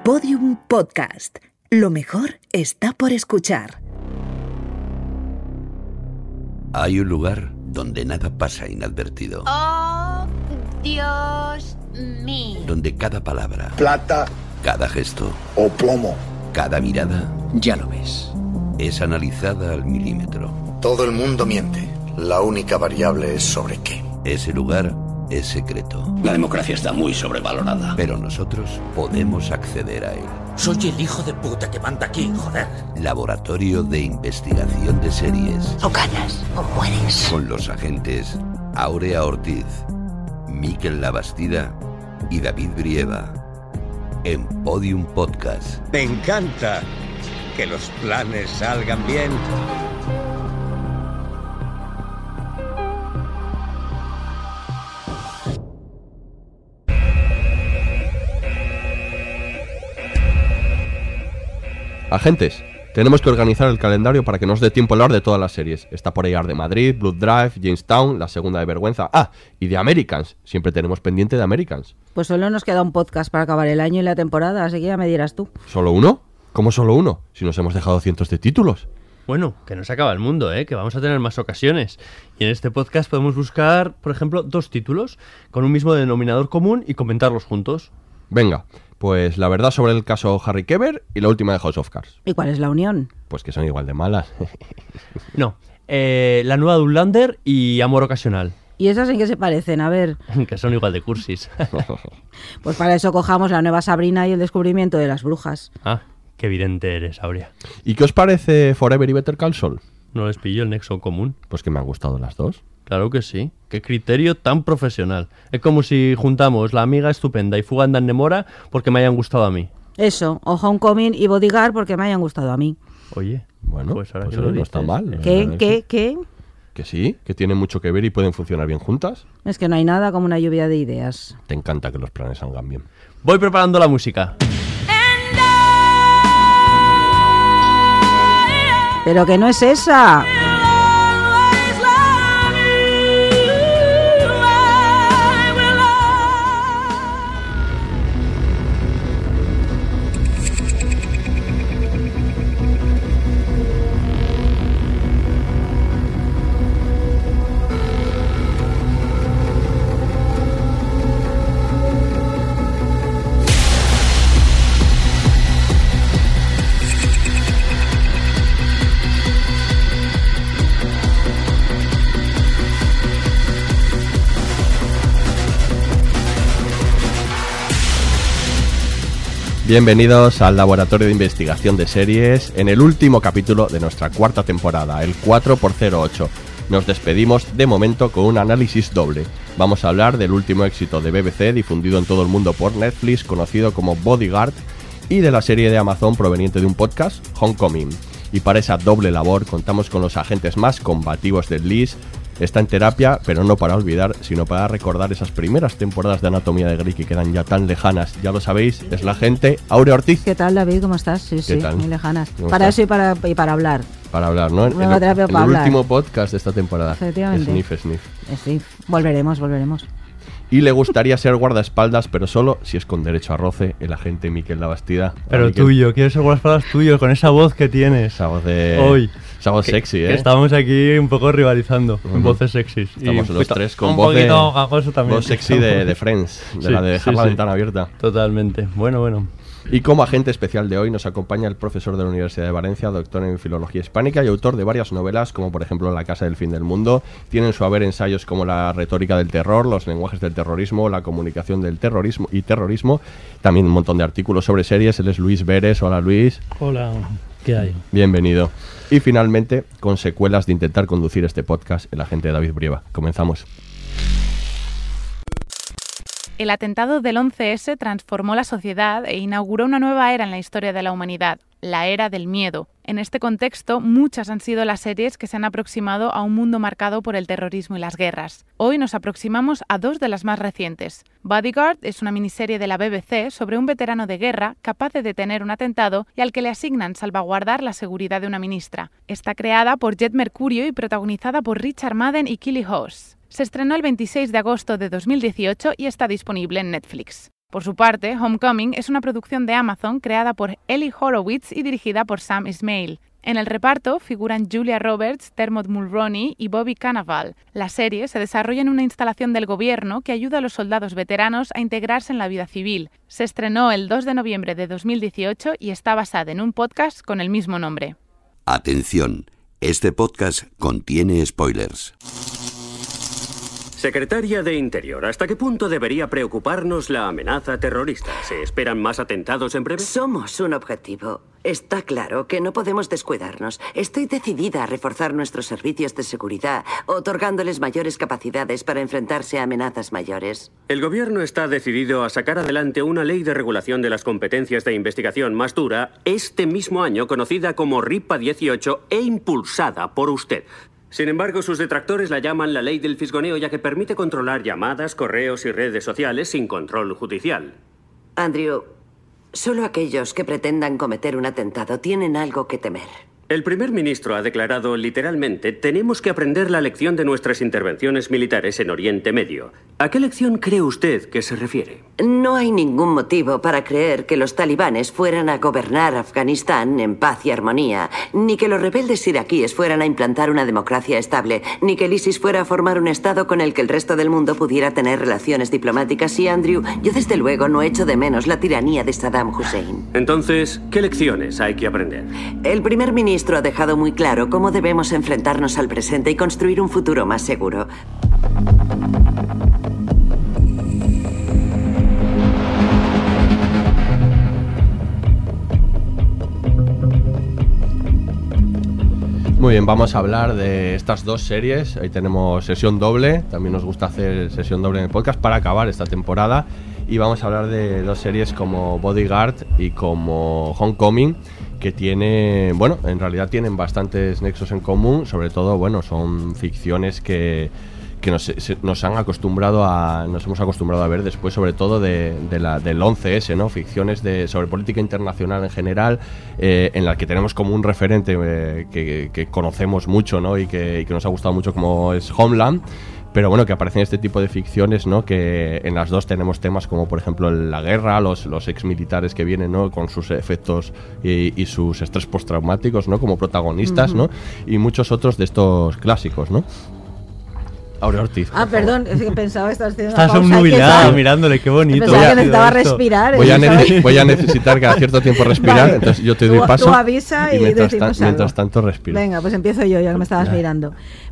Podium Podcast. Lo mejor está por escuchar. Hay un lugar donde nada pasa inadvertido. ¡Oh, Dios mío! Donde cada palabra, plata cada gesto, o plomo. cada mirada Ya lo ves. es analizada al milímetro. Todo el mundo miente. La única variable es sobre qué. Ese lugar es secreto, La democracia está muy sobrevalorada. pero nosotros podemos acceder a él. Soy el hijo de puta que manda aquí, joder. Laboratorio de Investigación de Series. O ganas o mueres. Con los agentes Aurea Ortiz, Mikel Labastida y David Brieva. En Podium Podcast. Me encanta que los planes salgan bien. Agentes, tenemos que organizar el calendario para que nos dé tiempo a hablar de todas las series. Está por ahí Ar de Madrid, Blood Drive, Jamestown, la segunda de Vergüenza. Ah, y de Americans. Siempre tenemos pendiente de Americans. Pues solo nos queda un podcast para acabar el año y la temporada, así que ya me dirás tú. ¿Solo uno? ¿Cómo solo uno? Si nos hemos dejado cientos de títulos. Bueno, que no se acaba el mundo, que vamos a tener más ocasiones. Y en este podcast podemos buscar, por ejemplo, 2 títulos con un mismo denominador común y comentarlos juntos. Venga, pues la verdad sobre el caso Harry Keber y la última de House of Cards. ¿Y cuál es la unión? Pues que son igual de malas. No, la nueva de Outlander y Amor Ocasional. ¿Y esas en qué se parecen? A ver, Que son igual de cursis. pues para eso cojamos la nueva Sabrina y el descubrimiento de las brujas. Ah, qué evidente eres, Aurea. ¿Y qué os parece Forever y Better Call Saul? ¿No les pillo el nexo común? Pues que me han gustado las dos. Claro que sí. Qué criterio tan profesional. Es como si juntamos La amiga estupenda y Fuga en Nemora porque me hayan gustado a mí. Eso, o Homecoming y Bodyguard porque me hayan gustado a mí. Oye, Bueno, pues ahora pues que lo no está dices. mal. ¿Qué? Que sí, que tienen mucho que ver y pueden funcionar bien juntas. Es que no hay nada como una lluvia de ideas. Te encanta que los planes salgan bien. Voy preparando la música. ¡Pero que no es esa! Bienvenidos al Laboratorio de Investigación de Series en el último capítulo de nuestra cuarta temporada, el 4x08. Nos despedimos de momento con un análisis doble. Vamos a hablar del último éxito de BBC difundido en todo el mundo por Netflix, conocido como Bodyguard, y de la serie de Amazon proveniente de un podcast, Homecoming. Y para esa doble labor contamos con los agentes más combativos del LIS. Está en terapia, pero no para olvidar, sino para recordar esas primeras temporadas de Anatomía de Grey que quedan ya tan lejanas. Ya lo sabéis, es la gente Aurea Ortiz. ¿Qué tal, David? ¿Cómo estás? Sí, ¿Qué tal? muy lejanas. ¿Cómo Para estás? eso y para hablar. Para hablar, ¿no? Nueva terapia para el hablar. último podcast de esta temporada. Efectivamente. Sniff. Sí, volveremos. Y le gustaría ser guardaespaldas, pero solo si es con derecho a roce, el agente Mikel Labastida. Pero Mikel, tuyo, quiero ser guardaespaldas tuyo, con esa voz que tienes. Esa voz de... Hoy. Esa voz sexy, Que estábamos aquí un poco rivalizando en voces sexys. Estamos Y los tres con un voz de... poquito gagoso también. Voz sexy de Friends, de Sí, la de dejar sí, la sí. ventana abierta. Totalmente. Bueno. Y como agente especial de hoy nos acompaña el profesor de la Universidad de Valencia, doctor en Filología Hispánica y autor de varias novelas, como por ejemplo La Casa del Fin del Mundo. Tiene en su haber ensayos como La retórica del terror, Los lenguajes del terrorismo, La comunicación del terrorismo y terrorismo. También un montón de artículos sobre series. Él es Luis Beres. Hola, Luis. Hola, ¿qué hay? Bienvenido. Y finalmente, con secuelas de intentar conducir este podcast, el agente David Brieva. Comenzamos. El atentado del 11S transformó la sociedad e inauguró una nueva era en la historia de la humanidad, la era del miedo. En este contexto, muchas han sido las series que se han aproximado a un mundo marcado por el terrorismo y las guerras. Hoy nos aproximamos a 2 de las más recientes. Bodyguard es una miniserie de la BBC sobre un veterano de guerra capaz de detener un atentado y al que le asignan salvaguardar la seguridad de una ministra. Está creada por Jet Mercurio y protagonizada por Richard Madden y Kelly House. Se estrenó el 26 de agosto de 2018 y está disponible en Netflix. Por su parte, Homecoming es una producción de Amazon creada por Eli Horowitz y dirigida por Sam Esmail. En el reparto figuran Julia Roberts, Dermot Mulroney y Bobby Cannavale. La serie se desarrolla en una instalación del gobierno que ayuda a los soldados veteranos a integrarse en la vida civil. Se estrenó el 2 de noviembre de 2018 y está basada en un podcast con el mismo nombre. Atención, este podcast contiene spoilers. Secretaria de Interior, ¿hasta qué punto debería preocuparnos la amenaza terrorista? ¿Se esperan más atentados en breve? Somos un objetivo. Está claro que no podemos descuidarnos. Estoy decidida a reforzar nuestros servicios de seguridad, otorgándoles mayores capacidades para enfrentarse a amenazas mayores. El gobierno está decidido a sacar adelante una ley de regulación de las competencias de investigación más dura este mismo año, conocida como RIPA 18 e impulsada por usted. Sin embargo, sus detractores la llaman la ley del fisgoneo, ya que permite controlar llamadas, correos y redes sociales sin control judicial. Andrew, solo aquellos que pretendan cometer un atentado tienen algo que temer. El primer ministro ha declarado literalmente: tenemos que aprender la lección de nuestras intervenciones militares en Oriente Medio. ¿A qué lección cree usted que se refiere? No hay ningún motivo para creer que los talibanes fueran a gobernar Afganistán en paz y armonía, ni que los rebeldes iraquíes fueran a implantar una democracia estable, ni que el ISIS fuera a formar un estado con el que el resto del mundo pudiera tener relaciones diplomáticas. Y Andrew, yo desde luego no echo de menos la tiranía de Saddam Hussein. Entonces, ¿qué lecciones hay que aprender? El primer ministro ha dejado muy claro cómo debemos enfrentarnos al presente y construir un futuro más seguro. Muy bien, vamos a hablar de estas dos series. Ahí tenemos sesión doble. También nos gusta hacer sesión doble en el podcast para acabar esta temporada. Y vamos a hablar de dos series como Bodyguard y como Homecoming, que tiene, bueno, en realidad tienen bastantes nexos en común. Sobre todo, bueno, son ficciones que nos hemos acostumbrado a ver después, sobre todo del 11S, ¿no? Ficciones sobre política internacional en general, en la que tenemos como un referente que conocemos mucho, ¿no? y que nos ha gustado mucho, como es Homeland. Pero bueno, que aparecen este tipo de ficciones, ¿no? Que en las dos tenemos temas como, por ejemplo, la guerra, los exmilitares que vienen, ¿no? Con sus efectos y sus estrés postraumáticos, ¿no? Como protagonistas, ¿no? Y muchos otros de estos clásicos, ¿no? Aurea Ortiz. Perdón, es que pensaba que estabas haciendo una pausa. Estás obnubilada mirándole, qué bonito. Pensaba que necesitaba respirar. Voy a necesitar cada cierto tiempo respirar, vale. Entonces yo te doy paso. Tú avisa y mientras tanto respiro. Venga, pues empiezo yo, ya que me estabas mirando.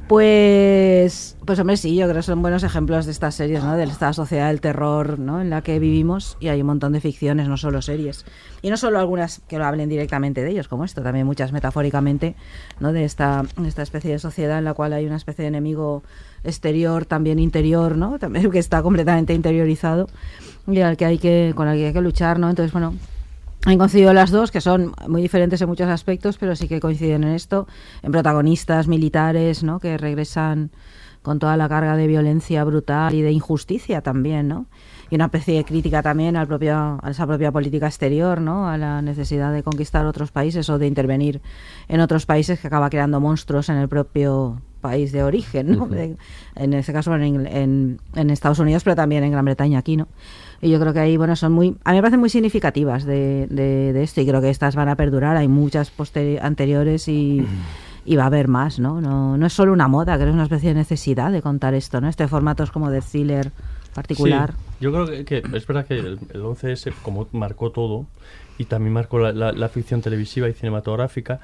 Pues hombre, sí, yo creo que son buenos ejemplos de estas series, ¿no? De esta sociedad del terror, ¿no? En la que vivimos, y hay un montón de ficciones, no solo series. Y no solo algunas que lo hablen directamente de ellos, como esto, también muchas metafóricamente, ¿no? De esta especie de sociedad en la cual hay una especie de enemigo exterior, también interior, ¿no? También que está completamente interiorizado y con el que hay que luchar, ¿no? Entonces, bueno, han coincidido las dos, que son muy diferentes en muchos aspectos, pero sí que coinciden en esto, en protagonistas militares, ¿no? Que regresan con toda la carga de violencia brutal y de injusticia también, ¿no? Y una especie de crítica también a esa propia política exterior, ¿no? A la necesidad de conquistar otros países o de intervenir en otros países, que acaba creando monstruos en el propio país de origen, ¿no? Uh-huh. En este caso en Estados Unidos, pero también en Gran Bretaña, aquí, ¿no? Y yo creo que ahí, bueno, a mí me parecen muy significativas de esto, y creo que estas van a perdurar. Hay muchas anteriores y va a haber más, ¿no? No es solo una moda, creo que es una especie de necesidad de contar esto, ¿no? Este formato es como de thriller particular. Sí, yo creo que es verdad que el 11S como marcó todo, y también marcó la ficción televisiva y cinematográfica,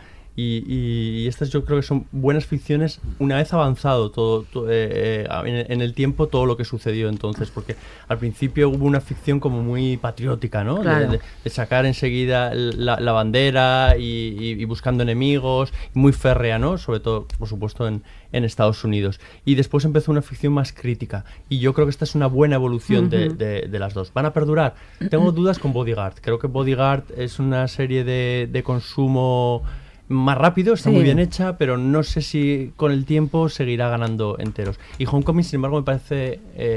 y estas yo creo que son buenas ficciones una vez avanzado todo en el tiempo, todo lo que sucedió entonces, porque al principio hubo una ficción como muy patriótica, ¿no? Claro. De sacar enseguida la bandera y buscando enemigos, muy férrea, ¿no? Sobre todo, por supuesto, en Estados Unidos. Y después empezó una ficción más crítica, y yo creo que esta es una buena evolución de las dos. ¿Van a perdurar? Tengo dudas con Bodyguard. Creo que Bodyguard es una serie de consumo más rápido, está muy bien hecha, pero no sé si con el tiempo seguirá ganando enteros. Y Homecoming, sin embargo, me parece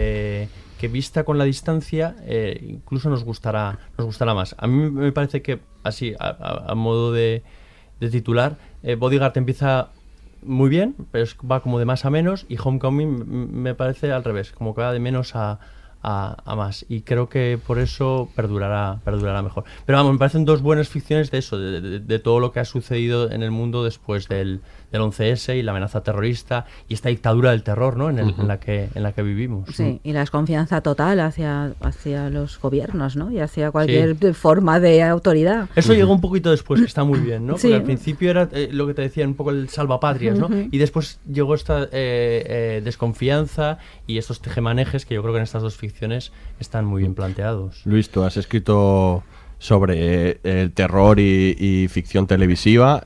que vista con la distancia, incluso nos gustará más. A mí me parece que, así, a modo de titular, Bodyguard empieza muy bien, pero va como de más a menos, y Homecoming me parece al revés, como que va de menos a a más, y creo que por eso perdurará mejor. Pero vamos, me parecen dos buenas ficciones de eso, de todo lo que ha sucedido en el mundo después del 11S y la amenaza terrorista y esta dictadura del terror, ¿no? en la que vivimos. Sí, y la desconfianza total hacia los gobiernos, ¿no? Y hacia cualquier forma de autoridad. Eso llegó un poquito después, que está muy bien, ¿no? Porque Sí. al principio era lo que te decía, un poco el salvapatrias, ¿no? Y después llegó esta desconfianza y estos tejemanejes que yo creo que en estas dos ficciones están muy bien planteados. Luis, tú has escrito sobre el terror y ficción televisiva,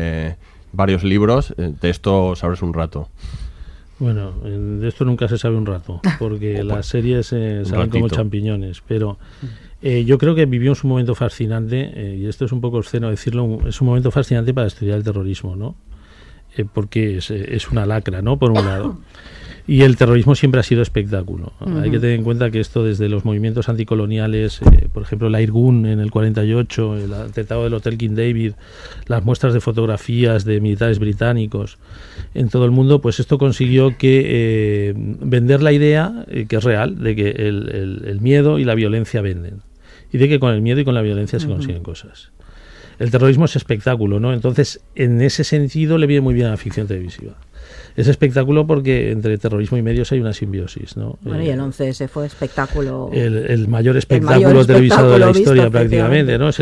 varios libros, de esto sabes un rato. Bueno, de esto nunca se sabe un rato, porque las series salen como champiñones, pero yo creo que vivimos un momento fascinante, y esto es un poco obsceno decirlo, es un momento fascinante para estudiar el terrorismo, ¿no? Porque es una lacra, ¿no? Por un lado. Y el terrorismo siempre ha sido espectáculo. Hay que tener en cuenta que esto desde los movimientos anticoloniales, por ejemplo la Irgun en el 48, el atentado del Hotel King David, las muestras de fotografías de militares británicos en todo el mundo, pues esto consiguió que vender la idea, que es real, de que el miedo y la violencia venden. Y de que con el miedo y con la violencia se consiguen cosas. El terrorismo es espectáculo, ¿no? Entonces, en ese sentido le viene muy bien a la ficción televisiva. Es espectáculo porque entre terrorismo y medios hay una simbiosis, ¿no? Bueno, y el 11S fue espectáculo. El mayor espectáculo televisado de la historia, prácticamente, ¿no? Es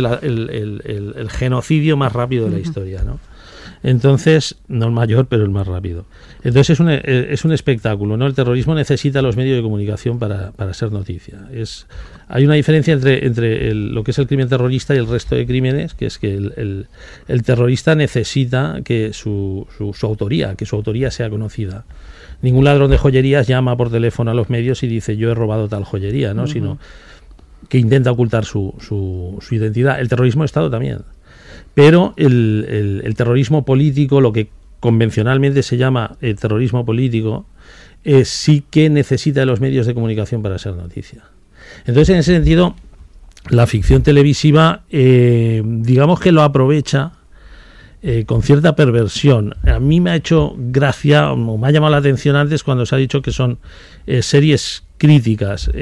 el genocidio más rápido de la historia, ¿no? Entonces, no el mayor, pero el más rápido. Entonces es un espectáculo, ¿no? El terrorismo necesita los medios de comunicación para ser noticia. Hay una diferencia entre lo que es el crimen terrorista y el resto de crímenes, que es que el terrorista necesita que su autoría sea conocida. Ningún ladrón de joyerías llama por teléfono a los medios y dice yo he robado tal joyería, ¿no? Sino que intenta ocultar su identidad. El terrorismo de Estado también. Pero el terrorismo político, lo que convencionalmente se llama terrorismo político, sí que necesita de los medios de comunicación para ser noticia. Entonces, en ese sentido, la ficción televisiva, digamos que lo aprovecha con cierta perversión. A mí me ha hecho gracia, o me ha llamado la atención antes cuando se ha dicho que son series críticas,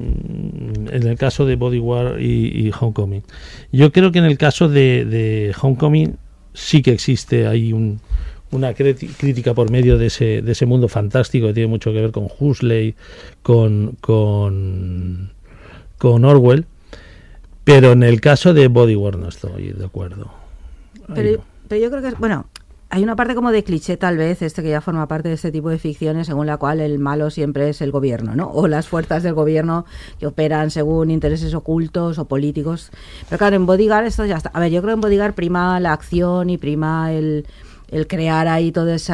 en el caso de Bodyguard y Homecoming. Yo creo que en el caso de Homecoming sí que existe ahí una crítica por medio de ese mundo fantástico que tiene mucho que ver con Huxley, con Orwell, pero en el caso de Bodyguard no estoy de acuerdo. Pero yo creo que bueno, hay una parte como de cliché tal vez, que ya forma parte de este tipo de ficciones, según la cual el malo siempre es el gobierno, ¿no? O las fuerzas del gobierno que operan según intereses ocultos o políticos. Pero claro, en Bodyguard esto ya está. A ver, yo creo que en Bodyguard prima la acción y prima el crear ahí todo ese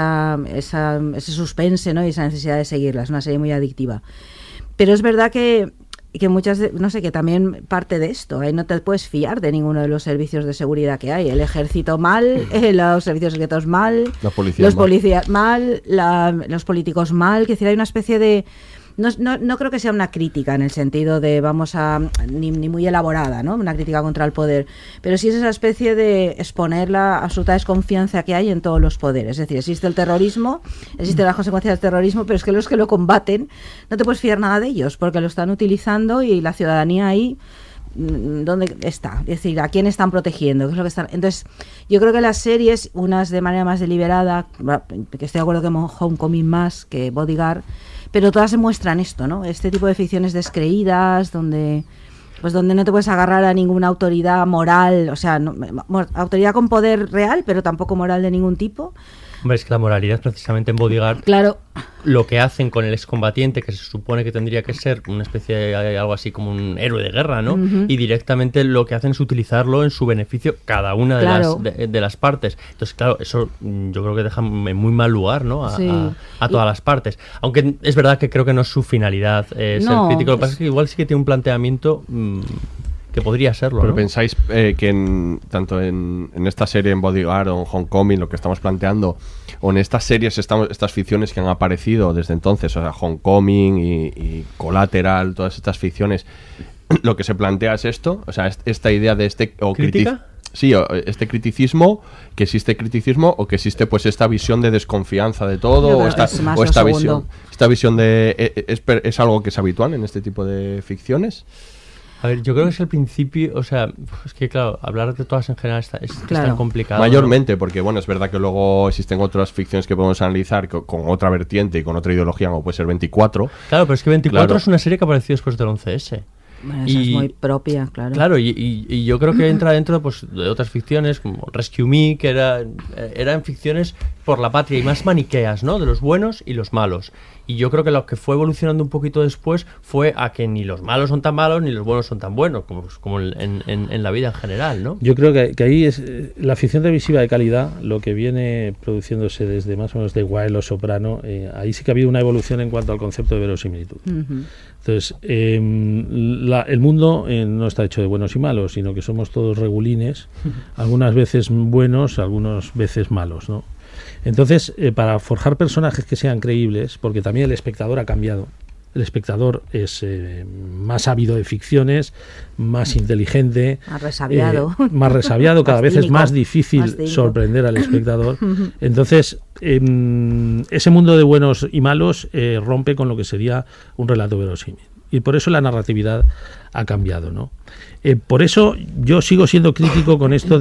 suspense, ¿no? Y esa necesidad de seguirla. Es una serie muy adictiva. Pero es verdad que muchas, no sé, que también parte de esto, ahí no te puedes fiar de ninguno de los servicios de seguridad que hay. El ejército mal, los servicios secretos mal, los policías mal, los políticos mal, que decir, hay una especie de... No creo que sea una crítica en el sentido de ni muy elaborada, ¿no? Una crítica contra el poder, pero sí es esa especie de exponer la absoluta desconfianza que hay en todos los poderes. Es decir, existe el terrorismo, existen las consecuencias del terrorismo, pero es que los que lo combaten no te puedes fiar nada de ellos porque lo están utilizando y la ciudadanía ahí ¿dónde está? Es decir, ¿a quién están protegiendo? ¿Qué es lo que están? Entonces, yo creo que las series, unas de manera más deliberada, que estoy de acuerdo que Homecoming más que Bodyguard, pero todas se muestran esto, ¿no? Este tipo de ficciones descreídas, donde no te puedes agarrar a ninguna autoridad moral, o sea, autoridad con poder real, pero tampoco moral de ningún tipo. Hombre, es que la moralidad precisamente en Bodyguard, claro, lo que hacen con el excombatiente, que se supone que tendría que ser una especie de algo así como un héroe de guerra, ¿no? Y directamente lo que hacen es utilizarlo en su beneficio cada una de las partes. Entonces, claro, eso yo creo que deja en muy mal lugar, ¿no? A todas las partes. Aunque es verdad que creo que no es su finalidad ser crítico. Lo que pasa es que igual sí que tiene un planteamiento... que podría serlo, Pero ¿no? pensáis que tanto en esta serie, en Bodyguard o en Homecoming, lo que estamos planteando, o en estas series, estas ficciones que han aparecido desde entonces, o sea, Homecoming y Collateral, todas estas ficciones, lo que se plantea es esto, o sea, esta idea de ¿Crítica? sí, este criticismo, que existe criticismo o que existe pues esta visión de desconfianza de todo, o esta visión de... ¿Es algo que es habitual en este tipo de ficciones? A ver, yo creo que es el principio, o sea, es que claro, hablar de todas en general es tan complicado. Mayormente, ¿no? Porque bueno, es verdad que luego existen otras ficciones que podemos analizar con otra vertiente y con otra ideología, como puede ser 24. Claro, pero es que 24 es una serie que apareció después del 11S. Bueno, esa es muy propia, claro. Claro, y yo creo que entra dentro pues, de otras ficciones, como Rescue Me, que eran ficciones por la patria y más maniqueas, ¿no? De los buenos y los malos. Y yo creo que lo que fue evolucionando un poquito después fue a que ni los malos son tan malos ni los buenos son tan buenos, como en la vida en general, ¿no? Yo creo que ahí es la ficción televisiva de calidad, lo que viene produciéndose desde más o menos de Wilde o Soprano, ahí sí que ha habido una evolución en cuanto al concepto de verosimilitud. Uh-huh. Entonces, el mundo no está hecho de buenos y malos, sino que somos todos regulines, algunas veces buenos, algunas veces malos, ¿no? Entonces, para forjar personajes que sean creíbles, porque también el espectador ha cambiado. El espectador es más ávido de ficciones, más inteligente, más resabiado, cada vez es más difícil sorprender al espectador. Entonces, ese mundo de buenos y malos rompe con lo que sería un relato verosímil. Y por eso la narratividad ha cambiado, ¿no? Por eso yo sigo siendo crítico con esto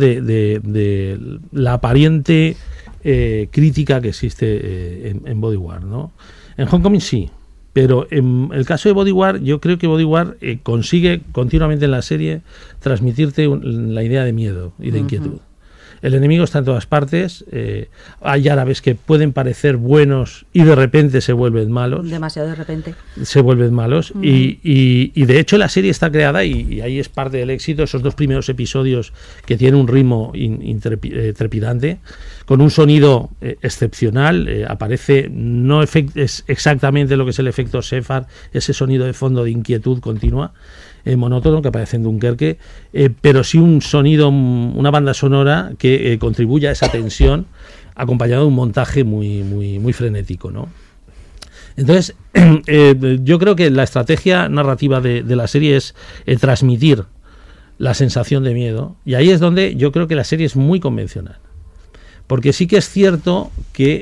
de la aparente crítica que existe en Bodyguard, ¿no? En Homecoming sí. Pero en el caso de Bodyguard, yo creo que Bodyguard consigue continuamente en la serie transmitirte la idea de miedo y de inquietud. El enemigo está en todas partes, hay árabes que pueden parecer buenos y de repente se vuelven malos. Demasiado de repente. Se vuelven malos. Y de hecho la serie está creada, y ahí es parte del éxito, esos 2 primeros episodios que tienen un ritmo trepidante, con un sonido excepcional, aparece, no es exactamente lo que es el efecto Sefard, ese sonido de fondo de inquietud continua, monótono que aparece en Dunkerque, pero sí un sonido, una banda sonora que contribuye a esa tensión, acompañado de un montaje muy, muy, muy frenético, ¿no? Entonces, yo creo que la estrategia narrativa de la serie es transmitir la sensación de miedo, y ahí es donde yo creo que la serie es muy convencional. Porque sí que es cierto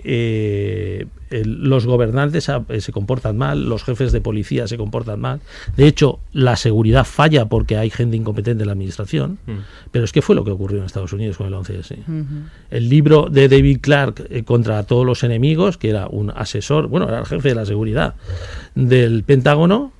que los gobernantes se comportan mal, los jefes de policía se comportan mal. De hecho, la seguridad falla porque hay gente incompetente en la administración. Pero es que fue lo que ocurrió en Estados Unidos con el 11S. El libro de David Clark, Contra todos los enemigos, que era un asesor, bueno, era el jefe de la seguridad del Pentágono,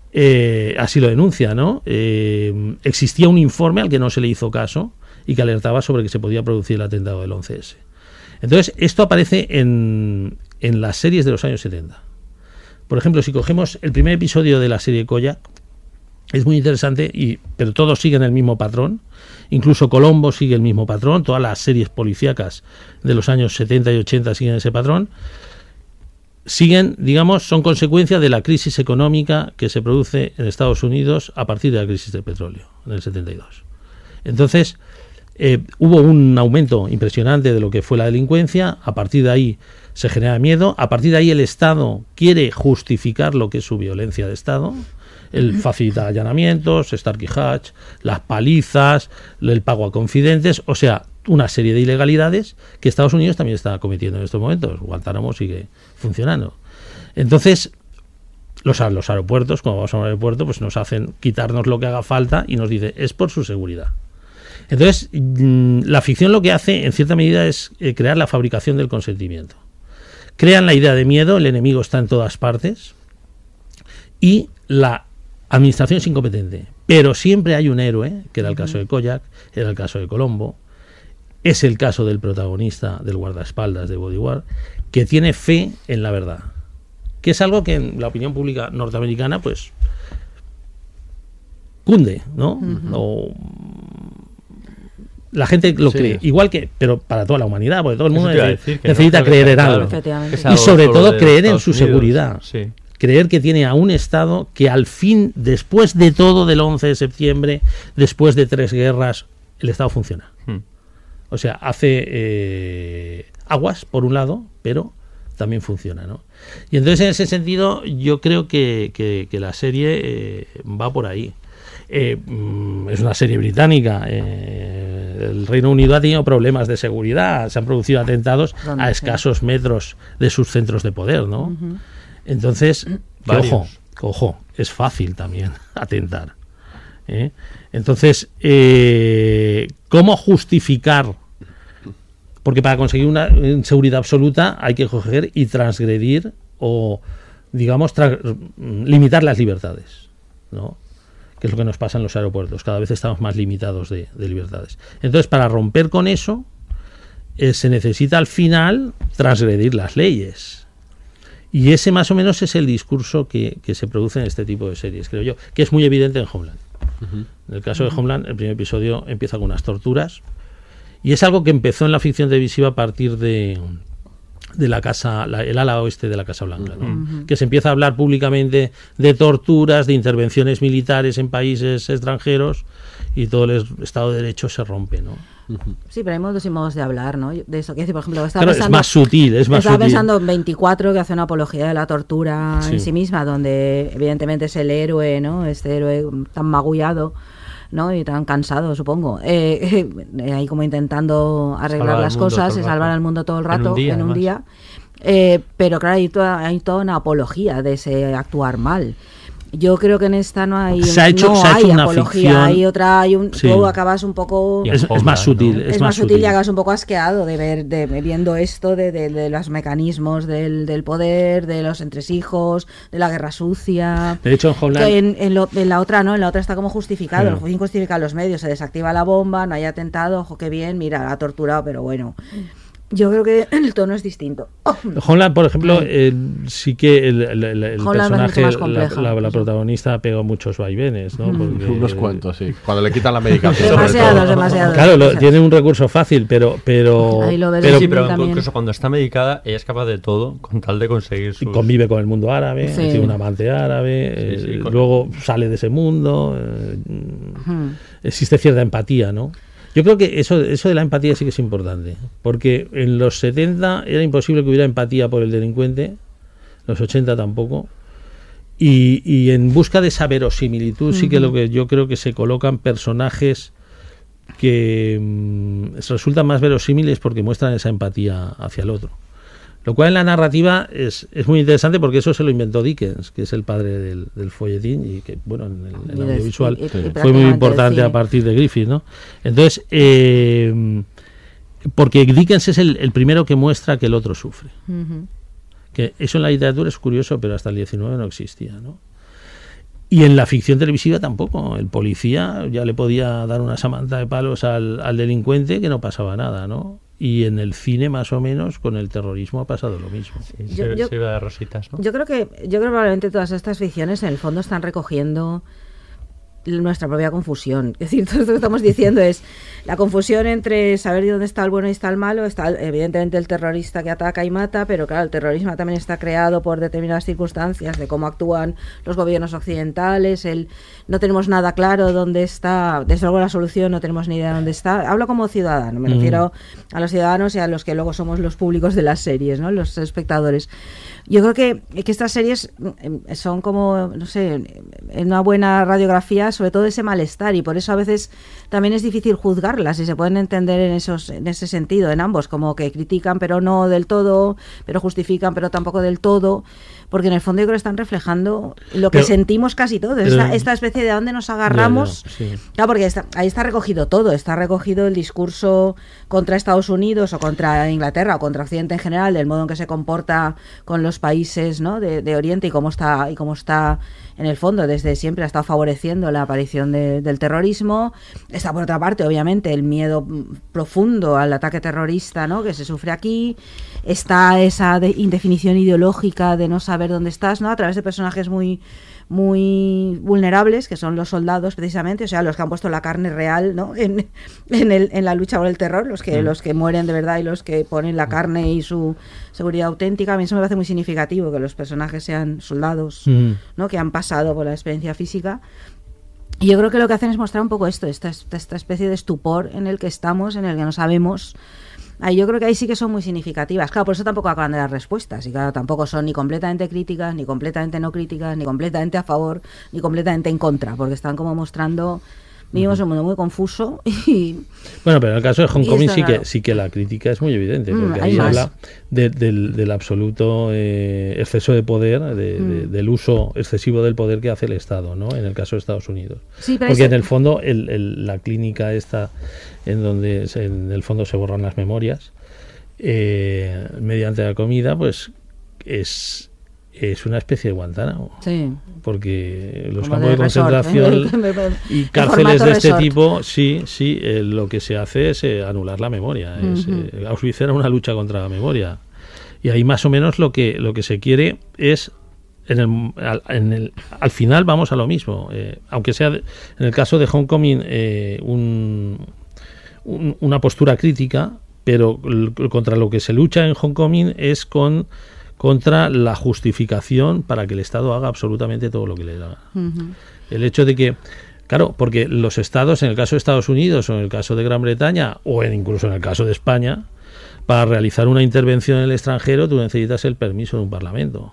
así lo denuncia, ¿no? Existía un informe al que no se le hizo caso y que alertaba sobre que se podía producir el atentado del 11S. Entonces, esto aparece en las series de los años 70. Por ejemplo, si cogemos el primer episodio de la serie Kojak, es muy interesante, pero todos siguen el mismo patrón. Incluso Colombo sigue el mismo patrón. Todas las series policíacas de los años 70 y 80 siguen ese patrón. Siguen, digamos, son consecuencia de la crisis económica que se produce en Estados Unidos a partir de la crisis del petróleo, en el 72. Entonces, hubo un aumento impresionante de lo que fue la delincuencia, a partir de ahí se genera miedo, a partir de ahí el Estado quiere justificar lo que es su violencia de Estado, el facilitar allanamientos, Starkey Hatch, las palizas, el pago a confidentes, o sea, una serie de ilegalidades que Estados Unidos también está cometiendo en estos momentos. Guantánamo sigue funcionando. Entonces, los aeropuertos, cuando vamos a un aeropuerto, pues nos hacen quitarnos lo que haga falta y nos dice, es por su seguridad. Entonces, la ficción lo que hace, en cierta medida, es crear la fabricación del consentimiento. Crean la idea de miedo, el enemigo está en todas partes, y la administración es incompetente. Pero siempre hay un héroe, que era el caso de Kojak, era el caso de Colombo, es el caso del protagonista del guardaespaldas de Bodyguard, que tiene fe en la verdad. Que es algo que en la opinión pública norteamericana, pues, cunde, ¿no? La gente lo cree, igual que, pero para toda la humanidad, porque todo el mundo necesita creer en algo. Y sobre todo creer en su seguridad. Sí. Creer que tiene a un Estado que al fin, después de todo del 11 de septiembre, después de 3 guerras, el Estado funciona. O sea, hace aguas, por un lado, pero también funciona, ¿no? Y entonces, en ese sentido, yo creo que la serie va por ahí. Es una serie británica, El Reino Unido ha tenido problemas de seguridad, se han producido atentados a escasos metros de sus centros de poder, ¿no? Uh-huh. Entonces, ojo, es fácil también atentar. Entonces, ¿cómo justificar? Porque para conseguir una seguridad absoluta hay que coger y transgredir o, digamos, limitar las libertades, ¿no? Que es lo que nos pasa en los aeropuertos. Cada vez estamos más limitados de libertades. Entonces, para romper con eso, se necesita al final transgredir las leyes. Y ese más o menos es el discurso que se produce en este tipo de series, creo yo, que es muy evidente en Homeland. Uh-huh. En el caso de Homeland, el primer episodio empieza con unas torturas, y es algo que empezó en la ficción televisiva a partir de la casa, el ala oeste de la Casa Blanca, ¿no? Uh-huh. Que se empieza a hablar públicamente de torturas, de intervenciones militares en países extranjeros, y todo el Estado de Derecho se rompe, ¿no? Uh-huh. Sí, pero hay modos y modos de hablar, ¿no? De eso, que decir, por ejemplo, es más sutil, estaba pensando en 24, que hace una apología de la tortura en sí misma, donde evidentemente es el héroe, ¿no? Este héroe tan magullado, ¿no? Y tan cansado, supongo, ahí como intentando arreglar las cosas y salvar al mundo todo el rato en un día. Pero claro, hay toda una apología de ese actuar mal. Yo creo que en esta no hay una apología, ficción. Tú acabas un poco... Es más sutil. ¿no? Es más sutil y acabas un poco asqueado de viendo esto, de los mecanismos del poder, de los entresijos, de la guerra sucia. De hecho, en Homeland... En la otra no, en la otra está como justificado, el juicio justifica los medios, se desactiva la bomba, no hay atentado, ojo qué bien, mira, ha torturado, pero bueno... Yo creo que el tono es distinto. Homeland, por ejemplo, sí que el personaje, la protagonista pega muchos vaivenes, ¿no? Porque, unos cuantos, sí. Cuando le quitan la medicación. demasiado. Claro, tiene un recurso fácil, pero incluso cuando está medicada, ella es capaz de todo con tal de conseguir sus... Convive con el mundo árabe, tiene un amante árabe, luego sale de ese mundo, existe cierta empatía, ¿no? Yo creo que eso de la empatía sí que es importante, porque en los 70 era imposible que hubiera empatía por el delincuente, en los 80 tampoco, y en busca de esa verosimilitud sí que lo que yo creo que se colocan personajes que resultan más verosímiles porque muestran esa empatía hacia el otro. Lo cual en la narrativa es muy interesante porque eso se lo inventó Dickens, que es el padre del folletín y que, bueno, en el audiovisual fue muy importante a partir de Griffith, ¿no? Entonces, porque Dickens es el primero que muestra que el otro sufre. Uh-huh. Que eso en la literatura es curioso, pero hasta el 19 no existía, ¿no? Y en la ficción televisiva tampoco. El policía ya le podía dar una samanta de palos al delincuente que no pasaba nada, ¿no? Y en el cine más o menos con el terrorismo ha pasado lo mismo. Sí, se iba de rositas, ¿no? Yo creo que probablemente todas estas ficciones en el fondo están recogiendo nuestra propia confusión. Es decir, todo esto que estamos diciendo es la confusión entre saber de dónde está el bueno y está el malo. Está evidentemente el terrorista que ataca y mata, pero claro, el terrorismo también está creado por determinadas circunstancias de cómo actúan los gobiernos occidentales. No tenemos nada claro dónde está, desde luego la solución no tenemos ni idea de dónde está. Hablo como ciudadano, me refiero a los ciudadanos y a los que luego somos los públicos de las series, ¿no? Los espectadores. Yo creo que estas series son como, no sé, una buena radiografía sobre todo ese malestar, y por eso a veces también es difícil juzgarlas y se pueden entender en ese sentido, en ambos, como que critican pero no del todo, pero justifican pero tampoco del todo, porque en el fondo yo creo que están reflejando lo que sentimos casi todos, esta especie de a dónde nos agarramos. Claro, porque ahí está recogido todo, está recogido el discurso contra Estados Unidos o contra Inglaterra o contra Occidente en general, del modo en que se comporta con los países, ¿no? de Oriente, y cómo está en el fondo desde siempre ha estado favoreciendo la aparición del terrorismo. Está por otra parte obviamente el miedo profundo al ataque terrorista, ¿no? que se sufre aquí. Está esa indefinición ideológica de no saber dónde estás, ¿no? a través de personajes muy vulnerables, que son los soldados precisamente, o sea, los que han puesto la carne real, ¿no? en la lucha por el terror, los que mueren de verdad y los que ponen la carne y su seguridad auténtica. A mí eso me parece muy significativo, que los personajes sean soldados, ¿no? que han pasado por la experiencia física. Y yo creo que lo que hacen es mostrar un poco esta especie de estupor en el que estamos, en el que no sabemos. Yo creo que ahí sí que son muy significativas. Claro, por eso tampoco acaban de dar respuestas. Y claro, tampoco son ni completamente críticas, ni completamente no críticas, ni completamente a favor, ni completamente en contra. Porque están como mostrando Vivimos en un mundo muy confuso y... Bueno, pero en el caso de Homecoming sí que la crítica es muy evidente, porque ahí habla del absoluto exceso de poder, del uso excesivo del poder que hace el Estado, ¿no? En el caso de Estados Unidos. Sí, porque en el fondo la clínica esta, en donde en el fondo se borran las memorias, mediante la comida, pues es una especie de Guantánamo. Sí. Porque los campos de concentración y cárceles de este tipo, lo que se hace es anular la memoria. Auschwitz era una lucha contra la memoria. Y ahí más o menos lo que se quiere es, al final vamos a lo mismo. Aunque sea, en el caso de Homecoming, una postura crítica, pero contra lo que se lucha en Homecoming es contra la justificación para que el Estado haga absolutamente todo lo que le da. El hecho de que, claro, porque los estados, en el caso de Estados Unidos o en el caso de Gran Bretaña o incluso en el caso de España, para realizar una intervención en el extranjero tú necesitas el permiso de un parlamento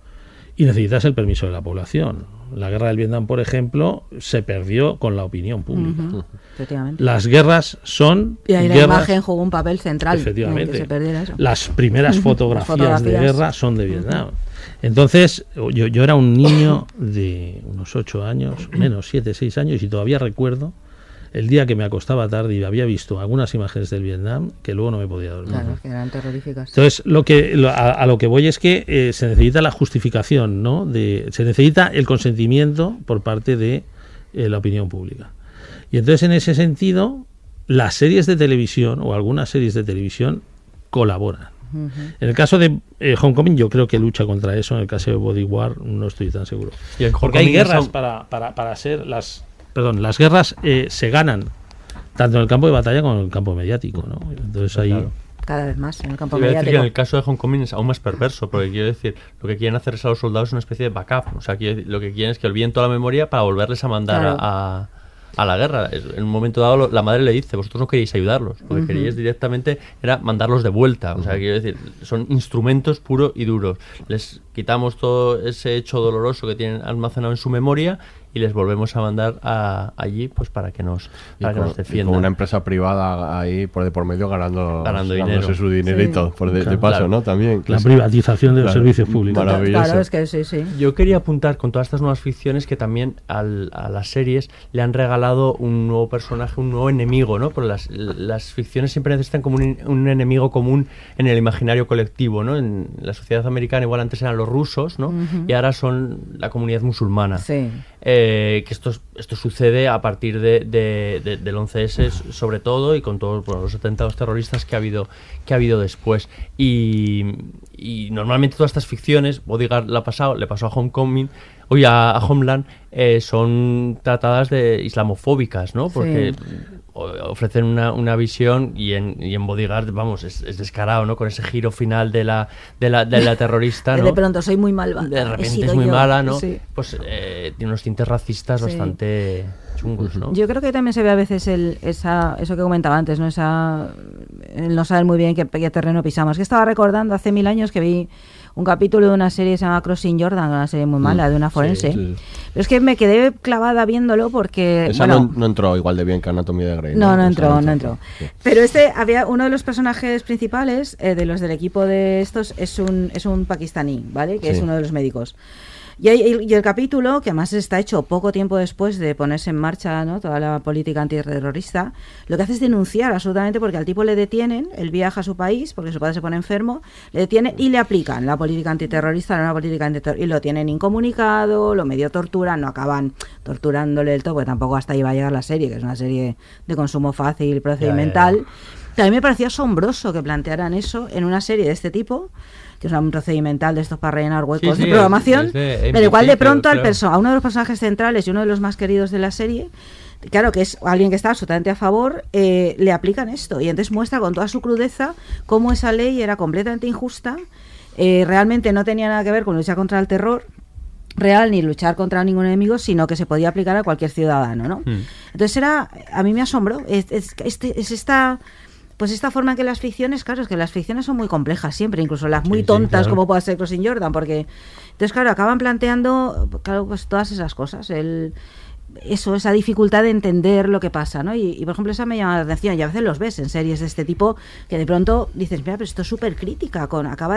y necesitas el permiso de la población. La guerra del Vietnam, por ejemplo, se perdió con la opinión pública. Efectivamente. Las guerras son... Y ahí la imagen jugó un papel central. Efectivamente. En que se perdiera eso. Las primeras fotografías de guerra son de Vietnam. Entonces, yo era un niño de unos 8 años, menos 7, 6 años, y todavía recuerdo el día que me acostaba tarde y había visto algunas imágenes del Vietnam que luego no me podía dormir. Claro, que eran terroríficas. Entonces, a lo que voy es que se necesita la justificación, ¿no? Se necesita el consentimiento por parte de la opinión pública. Y entonces, en ese sentido, las series de televisión o algunas series de televisión colaboran. En el caso de Homecoming yo creo que lucha contra eso. En el caso de Body War no estoy tan seguro. Porque hay guerras para ser las guerras se ganan tanto en el campo de batalla como en el campo mediático, ¿no? Entonces ahí... Claro. Cada vez más en el campo mediático. mediático. En el caso de Homecoming es aún más perverso, porque quiero decir, lo que quieren hacer es a los soldados una especie de backup. O sea, lo que quieren es que olviden toda la memoria para volverles a mandar a la guerra. En un momento dado la madre le dice, vosotros no queréis ayudarlos, lo que queríais directamente era mandarlos de vuelta. O sea, quiero decir, son instrumentos puros y duros. Les quitamos todo ese hecho doloroso que tienen almacenado en su memoria y les volvemos a mandar allí pues para que nos defiendan. Con una empresa privada ahí por medio ganándose dinero. Su dinero y todo, de paso, ¿no? También. La privatización de los servicios públicos. Maravilloso. Claro, es que sí. Yo quería apuntar con todas estas nuevas ficciones que también a las series le han regalado un nuevo personaje, un nuevo enemigo, ¿no? Porque las ficciones siempre necesitan como un enemigo común en el imaginario colectivo, ¿no? En la sociedad americana igual antes eran los rusos, ¿no? Y ahora son la comunidad musulmana. Sí. Que esto sucede a partir del 11S sobre todo, y con todos los atentados terroristas que ha habido después, y normalmente todas estas ficciones, Bodyguard le pasó a Homecoming, hoy a Homeland, son tratadas de islamofóbicas, ¿no? Porque ofrecen una visión, y en Bodyguard, vamos, es descarado, ¿no? Con ese giro final de la terrorista, ¿no? De pronto soy muy malvada. De repente es muy mala, ¿no? Sí. Pues tiene unos tintes racistas bastante chungos, ¿no? Yo creo que también se ve a veces eso que comentaba antes, ¿no? El no saber muy bien qué terreno pisamos. Que estaba recordando hace 1000 años que vi un capítulo de una serie que se llama Crossing Jordan, una serie muy mala, de una forense. Sí. Pero es que me quedé clavada viéndolo porque... Esa no entró igual de bien que Anatomía de Grey. No entró. Sí. Pero había uno de los personajes principales, de los del equipo de estos, es un pakistaní, ¿vale? Que es uno de los médicos. Y el capítulo, que además está hecho poco tiempo después de ponerse en marcha, ¿no? Toda la política antiterrorista, lo que hace es denunciar absolutamente, porque al tipo le detienen, él viaja a su país porque su padre se pone enfermo, le detienen y le aplican la política antiterrorista, una política antiterrorista, y lo tienen incomunicado, lo medio torturan, no acaban torturándole del todo, porque tampoco hasta ahí va a llegar la serie, que es una serie de consumo fácil, procedimental. A mí me pareció asombroso que plantearan eso en una serie de este tipo, que es un procedimental de estos para rellenar huecos de programación, pero igual de pronto a uno de los personajes centrales y uno de los más queridos de la serie, claro, que es alguien que está absolutamente a favor, le aplican esto, y entonces muestra con toda su crudeza cómo esa ley era completamente injusta, realmente no tenía nada que ver con luchar contra el terror real ni luchar contra ningún enemigo, sino que se podía aplicar a cualquier ciudadano, ¿no? Entonces a mí me asombró esta forma en que las ficciones, claro, es que las ficciones son muy complejas siempre, incluso las muy tontas, como puede ser Crossing Jordan, porque entonces, claro, acaban planteando, claro, pues todas esas cosas. esa dificultad de entender lo que pasa, ¿no? Y por ejemplo, esa me llama la atención, y a veces los ves en series de este tipo, que de pronto dices, mira, pero esto es súper crítica, acaba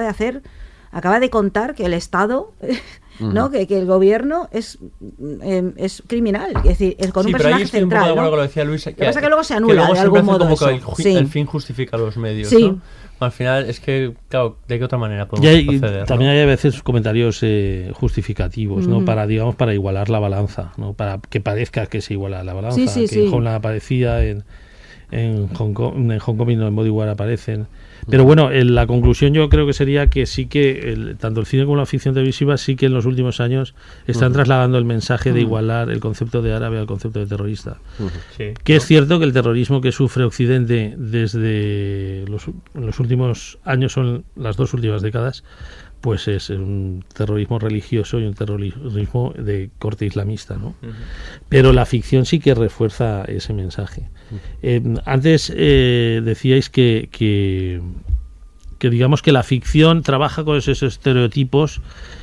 de contar que el Estado, ¿no? Que el gobierno es criminal, es decir, es con un personaje central, un poco de acuerdo ¿no? con lo que decía Luisa, que pasa que luego se anula de algún modo como eso. que el fin justifica los medios, sí. ¿no? Al final es que, claro, ¿de qué otra manera podemos proceder? También hay a veces comentarios justificativos, ¿no? Para igualar la balanza, ¿no? Para que parezca que se iguala la balanza. Que Homeland aparecía en Hong Kong y no en Bodyguard aparecen. Pero bueno, la conclusión yo creo que sería que sí que tanto el cine como la ficción televisiva sí que en los últimos años están trasladando el mensaje de igualar el concepto de árabe al concepto de terrorista. Que es cierto que el terrorismo que sufre Occidente desde los últimos años, son las 2 últimas décadas, pues es un terrorismo religioso y un terrorismo de corte islamista, ¿no? Pero la ficción sí que refuerza ese mensaje. Antes decíais que digamos que la ficción trabaja con esos estereotipos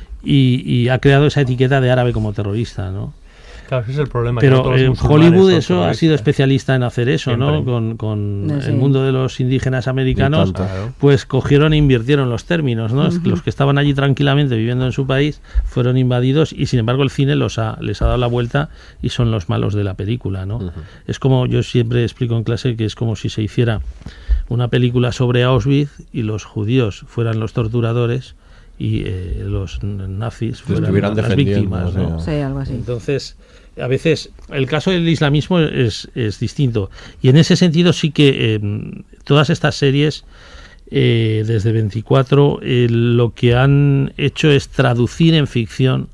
y ha creado esa etiqueta de árabe como terrorista, ¿no? Claro, ese es el problema. Pero en Hollywood eso ha sido especialista en hacer eso, ¿no? Con el mundo de los indígenas americanos, pues cogieron e invirtieron los términos, ¿no? Los que estaban allí tranquilamente viviendo en su país fueron invadidos y sin embargo el cine les ha dado la vuelta y son los malos de la película, ¿no? Es como yo siempre explico en clase que es como si se hiciera una película sobre Auschwitz y los judíos fueran los torturadores y los nazis fueran las víctimas, ¿no? Sí, algo así. Entonces, a veces el caso del islamismo es distinto y en ese sentido sí que todas estas series desde 24 lo que han hecho es traducir en ficción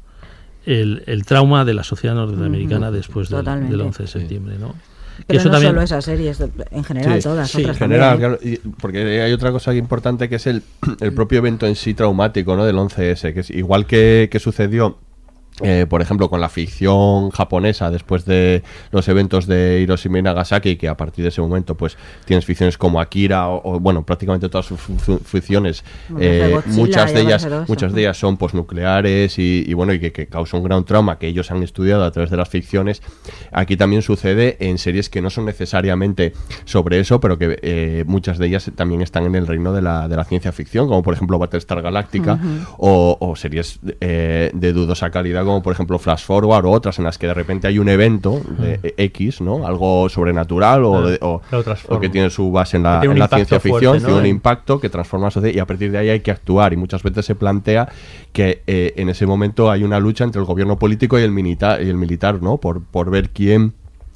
el trauma de la sociedad norteamericana después del 11 de septiembre, ¿no? Pero no también, solo esas series, en general todas. Sí, en general, claro, porque hay otra cosa importante que es el propio evento en sí traumático, ¿no? Del 11S, que es igual que sucedió por ejemplo, con la ficción japonesa después de los eventos de Hiroshima y Nagasaki, que a partir de ese momento pues tienes ficciones como Akira o bueno, prácticamente todas sus ficciones, muchas de ellas son posnucleares y bueno, y que causan un gran trauma que ellos han estudiado a través de las ficciones. Aquí también sucede en series que no son necesariamente sobre eso, pero que muchas de ellas también están en el reino de la ciencia ficción, como por ejemplo Battlestar Galactica, o series de dudosa calidad como por ejemplo Flash Forward o otras en las que de repente hay un evento de X, ¿no? Algo sobrenatural o que tiene su base en la ciencia ficción, fuerte, ¿no? Tiene un impacto que transforma la sociedad y a partir de ahí hay que actuar y muchas veces se plantea que en ese momento hay una lucha entre el gobierno político y el militar, ¿no? Por ver quién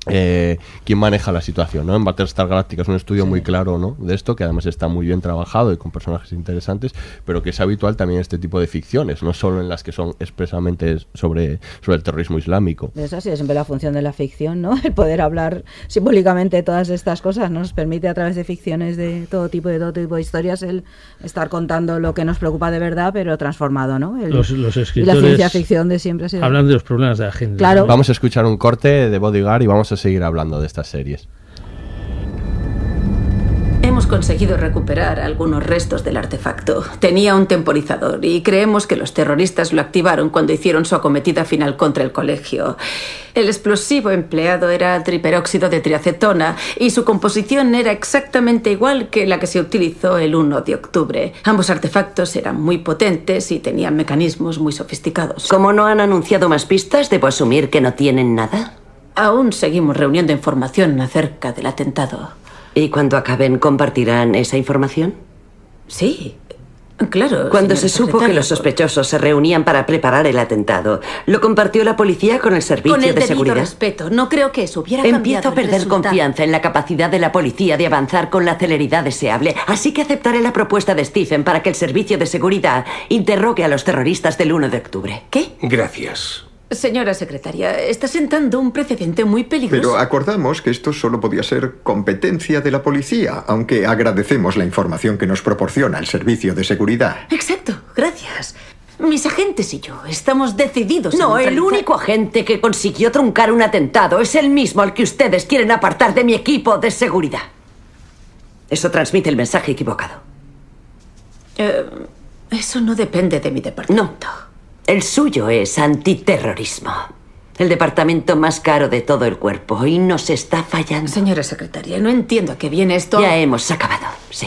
maneja la situación, ¿no? En Battlestar Galactica es un estudio muy claro, ¿no? De esto, que además está muy bien trabajado y con personajes interesantes, pero que es habitual también este tipo de ficciones, no solo en las que son expresamente sobre el terrorismo islámico. Esa sí es siempre la función de la ficción, ¿no? El poder hablar simbólicamente de todas estas cosas, ¿no? Nos permite a través de ficciones de todo tipo de historias el estar contando lo que nos preocupa de verdad, pero transformado, ¿no? Los escritores y la ciencia ficción de siempre ha sido... hablan de los problemas de la gente. Claro. ¿no? Vamos a escuchar un corte de Bodyguard y vamos a seguir hablando de estas series. Hemos conseguido recuperar algunos restos del artefacto. Tenía un temporizador y creemos que los terroristas lo activaron cuando hicieron su acometida final contra el colegio. El explosivo empleado era triperóxido de triacetona y su composición era exactamente igual que la que se utilizó el 1 de octubre. Ambos artefactos eran muy potentes y tenían mecanismos muy sofisticados. ¿Cómo no han anunciado más pistas? ¿Debo asumir que no tienen nada? Aún seguimos reuniendo información acerca del atentado. ¿Y cuando acaben compartirán esa información? Sí, claro. Cuando se supo que los sospechosos se reunían para preparar el atentado, ¿lo compartió la policía con el servicio de seguridad? Con el debido respeto, no creo que eso hubiera cambiado. Empiezo a perder confianza en la capacidad de la policía de avanzar con la celeridad deseable, así que aceptaré la propuesta de Stephen para que el servicio de seguridad interrogue a los terroristas del 1 de octubre. ¿Qué? Gracias. Señora secretaria, está sentando un precedente muy peligroso. Pero acordamos que esto solo podía ser competencia de la policía, aunque agradecemos la información que nos proporciona el servicio de seguridad. Exacto, gracias. Mis agentes y yo estamos decididos No, a el único agente que consiguió truncar un atentado es el mismo al que ustedes quieren apartar de mi equipo de seguridad. Eso transmite el mensaje equivocado. Eso no depende de mi departamento. No. El suyo es antiterrorismo. El departamento más caro de todo el cuerpo y nos está fallando. Señora secretaria, no entiendo a qué viene esto. Ya hemos acabado, sí.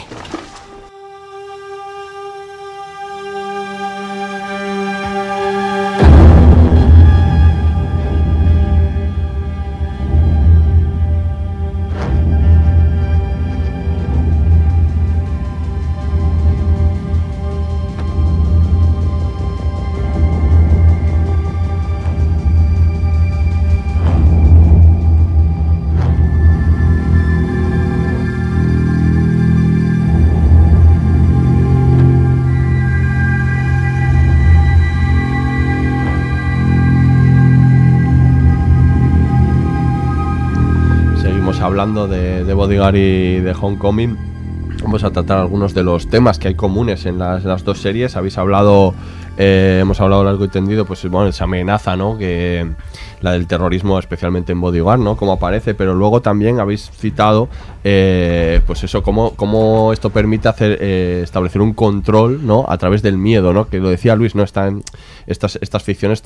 Hablando de Bodyguard y de Homecoming, vamos a tratar algunos de los temas que hay comunes en las dos series. Hemos hablado largo y tendido, pues bueno, esa amenaza, ¿no? Que la del terrorismo, especialmente en Bodyguard, ¿no? Cómo aparece, pero luego también habéis citado, pues eso, cómo esto permite establecer un control, ¿no? A través del miedo, ¿no? Que lo decía Luis, ¿no? Estas ficciones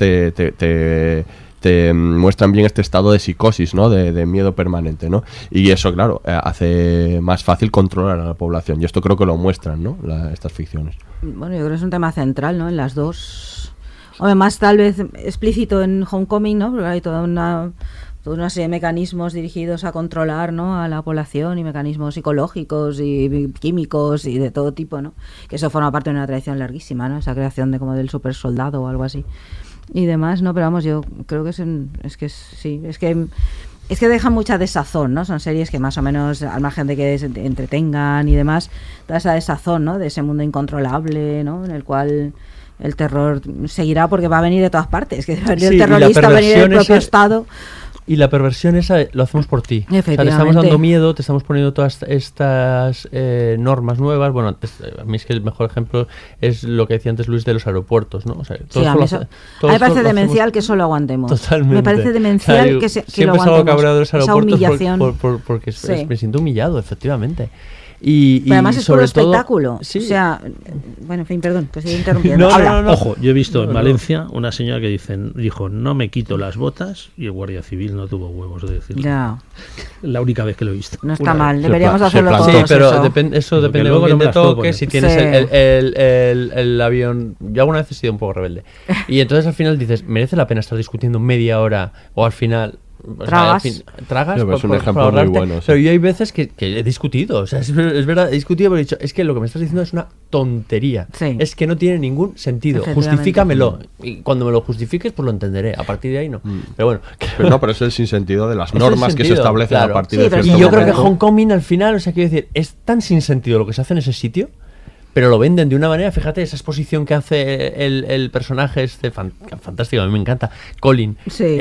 te muestran bien este estado de psicosis, ¿no? De miedo permanente, ¿no? Y eso, claro, hace más fácil controlar a la población. Y esto creo que lo muestran, ¿no? Estas ficciones. Bueno, yo creo que es un tema central, ¿no? En las dos. O más tal vez explícito en Homecoming, ¿no? Porque hay toda una serie de mecanismos dirigidos a controlar, ¿no? A la población, y mecanismos psicológicos y químicos y de todo tipo, ¿no? Que eso forma parte de una tradición larguísima, ¿no? Esa creación de como del super soldado o algo así. Y demás, ¿no? Pero vamos, yo creo que es que dejan mucha desazón, ¿no? Son series que más o menos, al margen de que entretengan y demás, toda esa desazón, ¿no? De ese mundo incontrolable, ¿no? En el cual el terror seguirá porque va a venir de todas partes, que va a venir el terrorista, va a venir el propio Estado. Y la perversión esa lo hacemos por ti. Efectivamente. O sea, te estamos dando miedo, te estamos poniendo todas estas normas nuevas. Bueno, a mí es que el mejor ejemplo es lo que decía antes Luis de los aeropuertos, ¿no? O sea, sí, a mí me parece demencial que eso lo aguantemos. Totalmente. Me parece demencial que lo aguantemos. Siempre salgo cabreado de los aeropuertos porque sí. Me siento humillado, efectivamente. Pero además es puro espectáculo. Sí. O sea, bueno, en fin, perdón, que estoy interrumpiendo. No. Ojo, yo he visto en Valencia una señora que dijo, no me quito las botas, y el guardia civil no tuvo huevos de decirlo. Ya. La única vez que lo he visto. No está mal, deberíamos hacerlo todos. Sí, pero eso depende muy bien de toque. Si tienes el avión... Yo alguna vez he sido un poco rebelde. Y entonces al final dices, ¿merece la pena estar discutiendo media hora o al final... Tragas. Es un ejemplo muy bueno. Sí. Pero yo hay veces que he discutido, o sea, es verdad, he discutido, pero he dicho, es que lo que me estás diciendo es una tontería. Sí. Es que no tiene ningún sentido. Justifícamelo. Y cuando me lo justifiques, pues lo entenderé. A partir de ahí no. Pero bueno. Pero es el sinsentido de las normas que se establecen a partir de cierto momento. Y yo creo que Homecoming al final, o sea, quiero decir, es tan sin sentido lo que se hace en ese sitio, pero lo venden de una manera, fíjate, esa exposición que hace el personaje fantástico, a mí me encanta, Colin. Sí.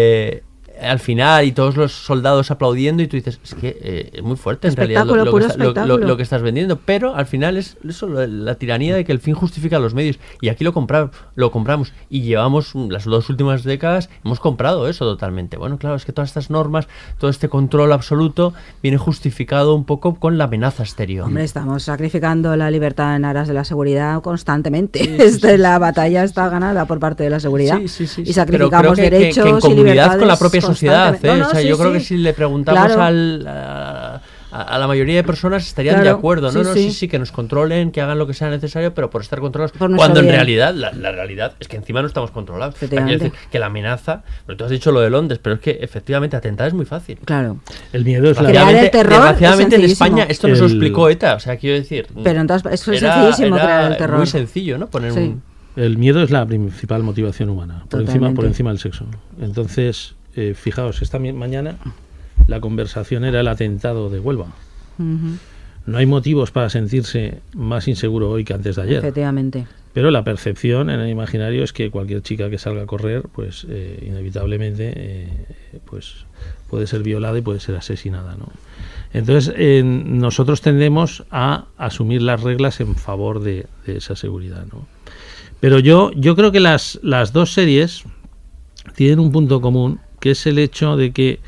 Al final, y todos los soldados aplaudiendo, y tú dices, es que es muy fuerte en realidad lo que estás vendiendo, pero al final es eso, la tiranía de que el fin justifica los medios, y aquí lo compramos, y llevamos las 2 últimas décadas, hemos comprado eso totalmente. Bueno, claro, es que todas estas normas, todo este control absoluto, viene justificado un poco con la amenaza exterior. Hombre, estamos sacrificando la libertad en aras de la seguridad constantemente. La batalla está ganada por parte de la seguridad. Sí. Y sacrificamos que derechos en comunidad y libertades con la propia sociedad, yo creo que si le preguntamos claro. a la mayoría de personas estarían de acuerdo, ¿no? Sí, que nos controlen, que hagan lo que sea necesario, pero por estar controlados, cuando en realidad la realidad es que encima no estamos controlados. Quiero decir que la amenaza, pero tú has dicho lo de Londres, pero es que efectivamente atentar es muy fácil. Claro. El miedo es crear el terror. Desgraciadamente en España esto nos lo explicó ETA, o sea, quiero decir, pero entonces eso es sencillísimo, crear el terror. Muy sencillo, ¿no? Poner el miedo es la principal motivación humana, por encima del sexo. Entonces, fijaos, esta mañana la conversación era el atentado de Huelva. No hay motivos para sentirse más inseguro hoy que antes de ayer. Efectivamente. Pero la percepción en el imaginario es que cualquier chica que salga a correr, pues inevitablemente pues puede ser violada y puede ser asesinada, ¿no? Entonces nosotros tendemos a asumir las reglas en favor de esa seguridad, ¿no? Pero yo creo que las dos series tienen un punto común, que es el hecho de que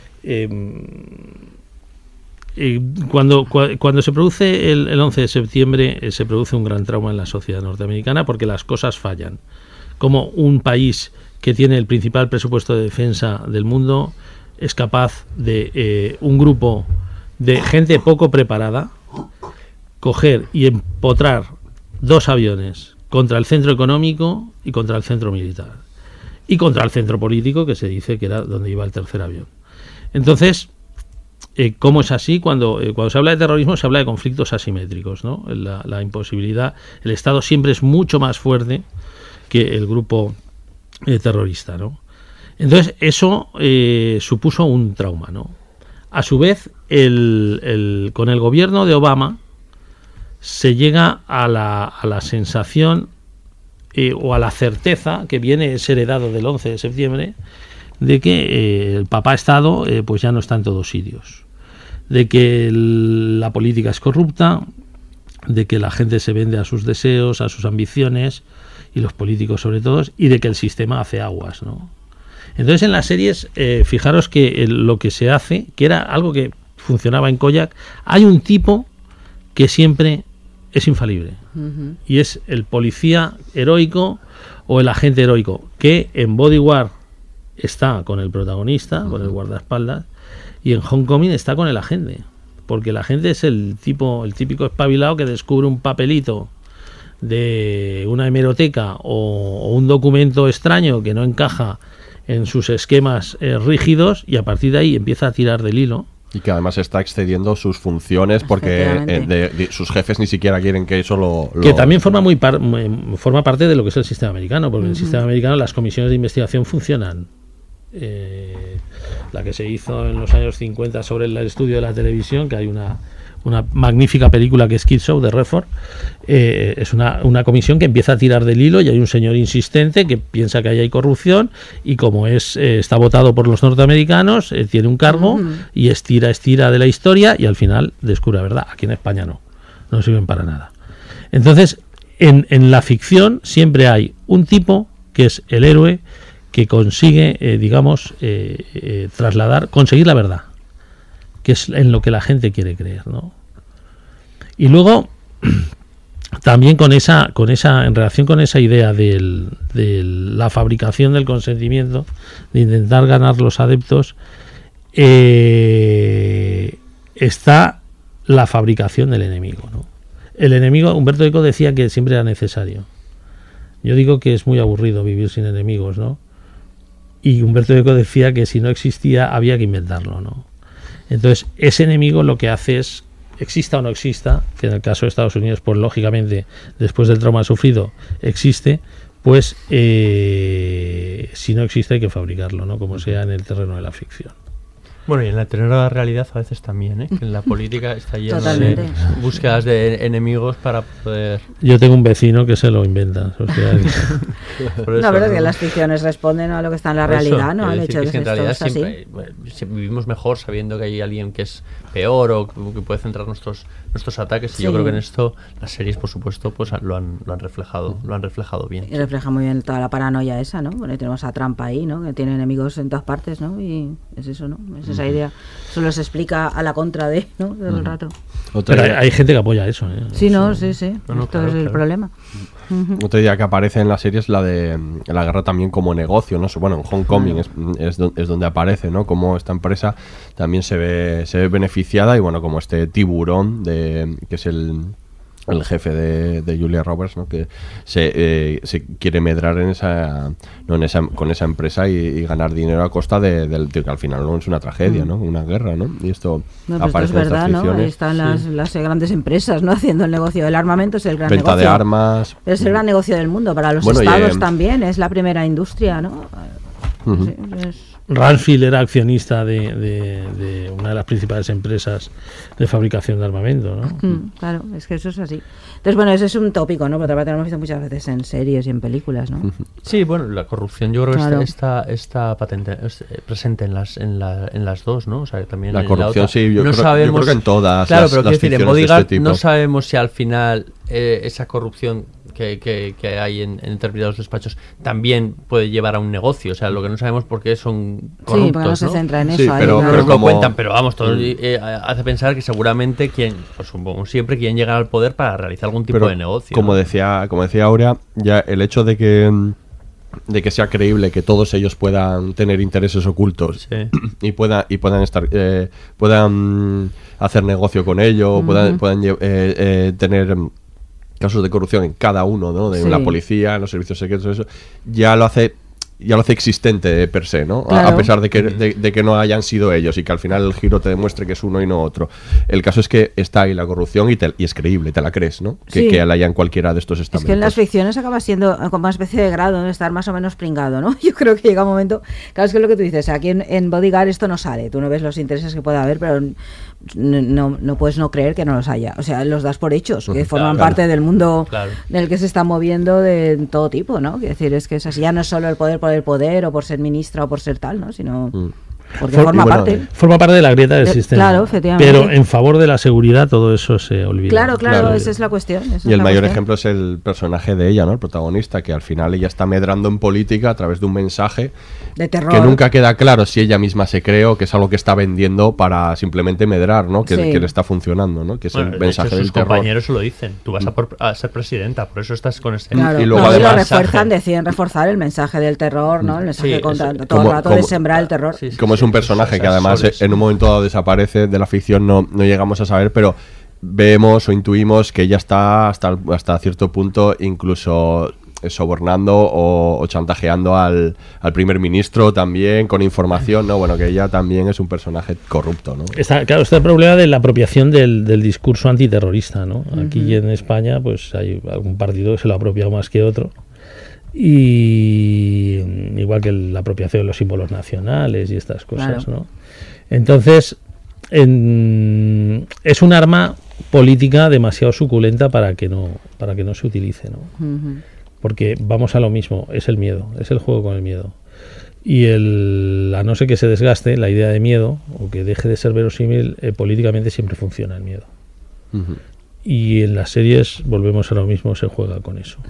cuando se produce el 11 de septiembre se produce un gran trauma en la sociedad norteamericana porque las cosas fallan. Como un país que tiene el principal presupuesto de defensa del mundo, es capaz de un grupo de gente poco preparada coger y empotrar 2 aviones contra el centro económico y contra el centro militar y contra el centro político, que se dice que era donde iba el tercer avión. Entonces, ¿cómo es así? Cuando se habla de terrorismo se habla de conflictos asimétricos, ¿no? La imposibilidad, el Estado siempre es mucho más fuerte que el grupo terrorista, ¿no? Entonces eso supuso un trauma, ¿no? A su vez, con el gobierno de Obama se llega a la sensación o a la certeza que viene es heredado del 11 de septiembre de que el papá Estado pues ya no está en todos sitios, de que la política es corrupta, de que la gente se vende a sus deseos, a sus ambiciones, y los políticos sobre todo, y de que el sistema hace aguas, ¿no? Entonces en las series, fijaros que lo que se hace, que era algo que funcionaba en Kojak, hay un tipo que siempre es infalible, y es el policía heroico o el agente heroico, que en Bodyguard está con el protagonista, con el guardaespaldas, y en Homecoming está con el agente, porque el agente es el típico espabilado que descubre un papelito de una hemeroteca o un documento extraño que no encaja en sus esquemas rígidos, y a partir de ahí empieza a tirar del hilo. Y que además está excediendo sus funciones porque sus jefes ni siquiera quieren que eso lo... Que también forma parte de lo que es el sistema americano, porque en el sistema americano las comisiones de investigación funcionan. La que se hizo en los años 50 sobre el estudio de la televisión, que hay una magnífica película que es Kid Show de Redford, es una comisión que empieza a tirar del hilo, y hay un señor insistente que piensa que ahí hay corrupción, y como está votado por los norteamericanos, tiene un cargo y estira de la historia, y al final descubre la verdad. Aquí en España no sirven para nada. Entonces en la ficción siempre hay un tipo que es el héroe, que consigue conseguir la verdad, que es en lo que la gente quiere creer, ¿no? Y luego también en relación con esa idea de la fabricación del consentimiento, de intentar ganar los adeptos, está la fabricación del enemigo, ¿no? El enemigo, Humberto Eco decía que siempre era necesario. Yo digo que es muy aburrido vivir sin enemigos, ¿no? Y Humberto Eco decía que si no existía había que inventarlo, ¿no? Entonces, ese enemigo lo que hace es, exista o no exista, que en el caso de Estados Unidos, pues lógicamente, después del trauma sufrido, existe, pues si no existe hay que fabricarlo, ¿no? Como sea en el terreno de la ficción. Bueno, y en el terreno de la realidad a veces también, ¿eh? Que en la política está lleno de búsquedas de enemigos para poder... Yo tengo un vecino que se lo inventa. O sea, la verdad es que las ficciones responden a lo que está en la realidad, ¿no? Al hecho de que en realidad esto es siempre, vivimos mejor sabiendo que hay alguien que es peor o que puede centrar nuestros ataques, y yo creo que en esto las series, por supuesto, pues lo han reflejado bien. Y refleja muy bien toda la paranoia esa, ¿no? Bueno, tenemos a Trump ahí, ¿no? Que tiene enemigos en todas partes, ¿no? Y es eso, ¿no? Es esa idea. Solo se explica a la contra de, ¿no? Todo el rato. Pero hay gente que apoya eso, ¿eh? Sí, no, sí. Esto es el problema. Otra idea que aparece en la serie es la de la guerra también como negocio, ¿no? Bueno, en Homecoming es donde aparece, ¿no? Como esta empresa también se ve beneficiada, y bueno, como este tiburón que es el jefe de Julia Roberts, ¿no? Que se quiere medrar con esa empresa y ganar dinero a costa de que al final no es una tragedia, ¿no? Una guerra, ¿no? Y esto aparece esto es verdad, ¿no? Ahí están las grandes empresas, ¿no? Haciendo el negocio del armamento, es el gran venta negocio. De armas. Es el gran negocio del mundo, para los estados también, es la primera industria, ¿no? Sí, Randfield era accionista de una de las principales empresas de fabricación de armamento, ¿no? Claro, es que eso es así. Entonces, bueno, ese es un tópico, ¿no? Porque lo hemos visto muchas veces en series y en películas, ¿no? Sí, bueno, la corrupción yo creo que está presente en las dos, ¿no? O sea, también la corrupción, sí, yo creo que en todas. Claro, pero quiero decir, en Bodyguard no sabemos si al final esa corrupción que hay en determinados despachos también puede llevar a un negocio. O sea, lo que no sabemos porque son corruptos, sí, porque no se centra en eso. Sí, pero nos lo cuentan, pero vamos, todo hace pensar que seguramente supongo siempre quieren llegar al poder para realizar algún tipo de negocio. Como decía Aurea, ya el hecho de que de que sea creíble que todos ellos puedan tener intereses ocultos y puedan estar puedan hacer negocio con ello, puedan tener casos de corrupción en cada uno, ¿no? De la policía, en los servicios secretos, eso ya lo hace existente per se, ¿no? Claro. A pesar de que no hayan sido ellos y que al final el giro te demuestre que es uno y no otro. El caso es que está ahí la corrupción y es creíble, te la crees, ¿no? Que la haya en cualquiera de estos estamentos. Es que en las ficciones acaba siendo como una especie de grado, de estar más o menos pringado, ¿no? Yo creo que llega un momento... Claro, es que es lo que tú dices, aquí en Bodyguard esto no sale, tú no ves los intereses que pueda haber, pero no puedes no creer que no los haya. O sea, los das por hechos, que forman parte del mundo en el que se está moviendo de todo tipo, ¿no? Es decir, es que es así, ya no es solo el poder por el poder o por ser ministra o por ser tal, ¿no? Sino porque forma parte de la grieta del sistema. Claro, efectivamente. Pero en favor de la seguridad todo eso se olvida. Claro, esa es la cuestión. Y el mayor ejemplo es el personaje de ella, ¿no? El protagonista, que al final ella está medrando en política a través de un mensaje de terror, que nunca queda claro si ella misma se cree o que es algo que está vendiendo para simplemente medrar, ¿no? Que le está funcionando, ¿no? Que es el mensaje del terror. Sus compañeros se lo dicen. Tú vas a ser presidenta, por eso estás con este... Claro, y luego además, lo refuerzan, deciden reforzar el mensaje del terror, ¿no? El mensaje contra todo el rato de sembrar el terror. Como es un personaje que además en un momento dado desaparece de la ficción, no llegamos a saber, pero vemos o intuimos que ella está hasta cierto punto incluso sobornando o chantajeando al primer ministro también con información, ¿no? Bueno, que ella también es un personaje corrupto, ¿no? Está el problema de la apropiación del discurso antiterrorista, ¿no? Aquí en España pues hay algún partido que se lo ha apropiado más que otro. Y igual que la apropiación de los símbolos nacionales y estas cosas, ¿no? Entonces es un arma política demasiado suculenta para que no se utilice, ¿no? Porque vamos a lo mismo, es el miedo, es el juego con el miedo. Y a no ser que se desgaste la idea de miedo o que deje de ser verosímil, políticamente siempre funciona el miedo. Y en las series volvemos a lo mismo, se juega con eso.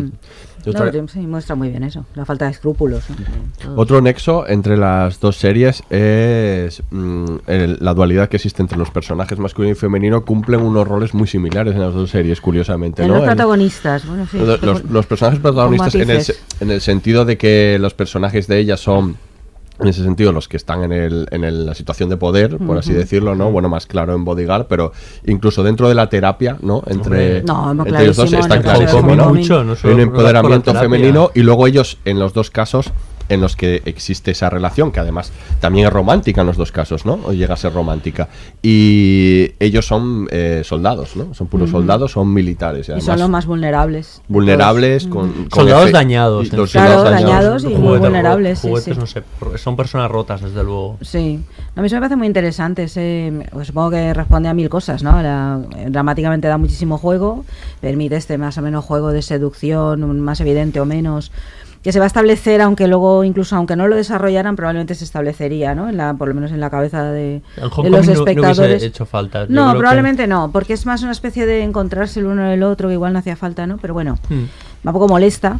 Sí, muestra muy bien eso, la falta de escrúpulos, ¿no? Otro nexo entre las dos series es la dualidad que existe entre los personajes masculino y femenino. Cumplen unos roles muy similares en las dos series, curiosamente, ¿no? Los protagonistas, bueno, sí. Los personajes protagonistas en el sentido de que los personajes de ellas son, en ese sentido, los que están en la situación de poder, por así decirlo, ¿no? Bueno, más claro en Bodyguard, pero incluso dentro de la terapia, ¿no? Entre ellos dos está clarísimo, ¿no? Hay un empoderamiento femenino y luego ellos, en los dos casos en los que existe esa relación, que además también es romántica en los dos casos, ¿no? O llega a ser romántica. Y ellos son soldados, ¿no? Son puros soldados, son militares. Y, además, son los más vulnerables. Vulnerables, con soldados dañados. Claro, dañados y muy vulnerables. Juguetes, no sé, son personas rotas, desde luego. Sí. A mí eso me parece muy interesante. Pues supongo que responde a mil cosas, ¿no? Dramáticamente da muchísimo juego, permite más o menos juego de seducción, más evidente o menos, que se va a establecer, aunque luego, incluso aunque no lo desarrollaran, probablemente se establecería, ¿no? Por lo menos en la cabeza de los espectadores. No hubiese hecho falta. No, probablemente no, porque es más una especie de encontrarse el uno del otro, que igual no hacía falta, ¿no? Pero bueno, va un poco molesta.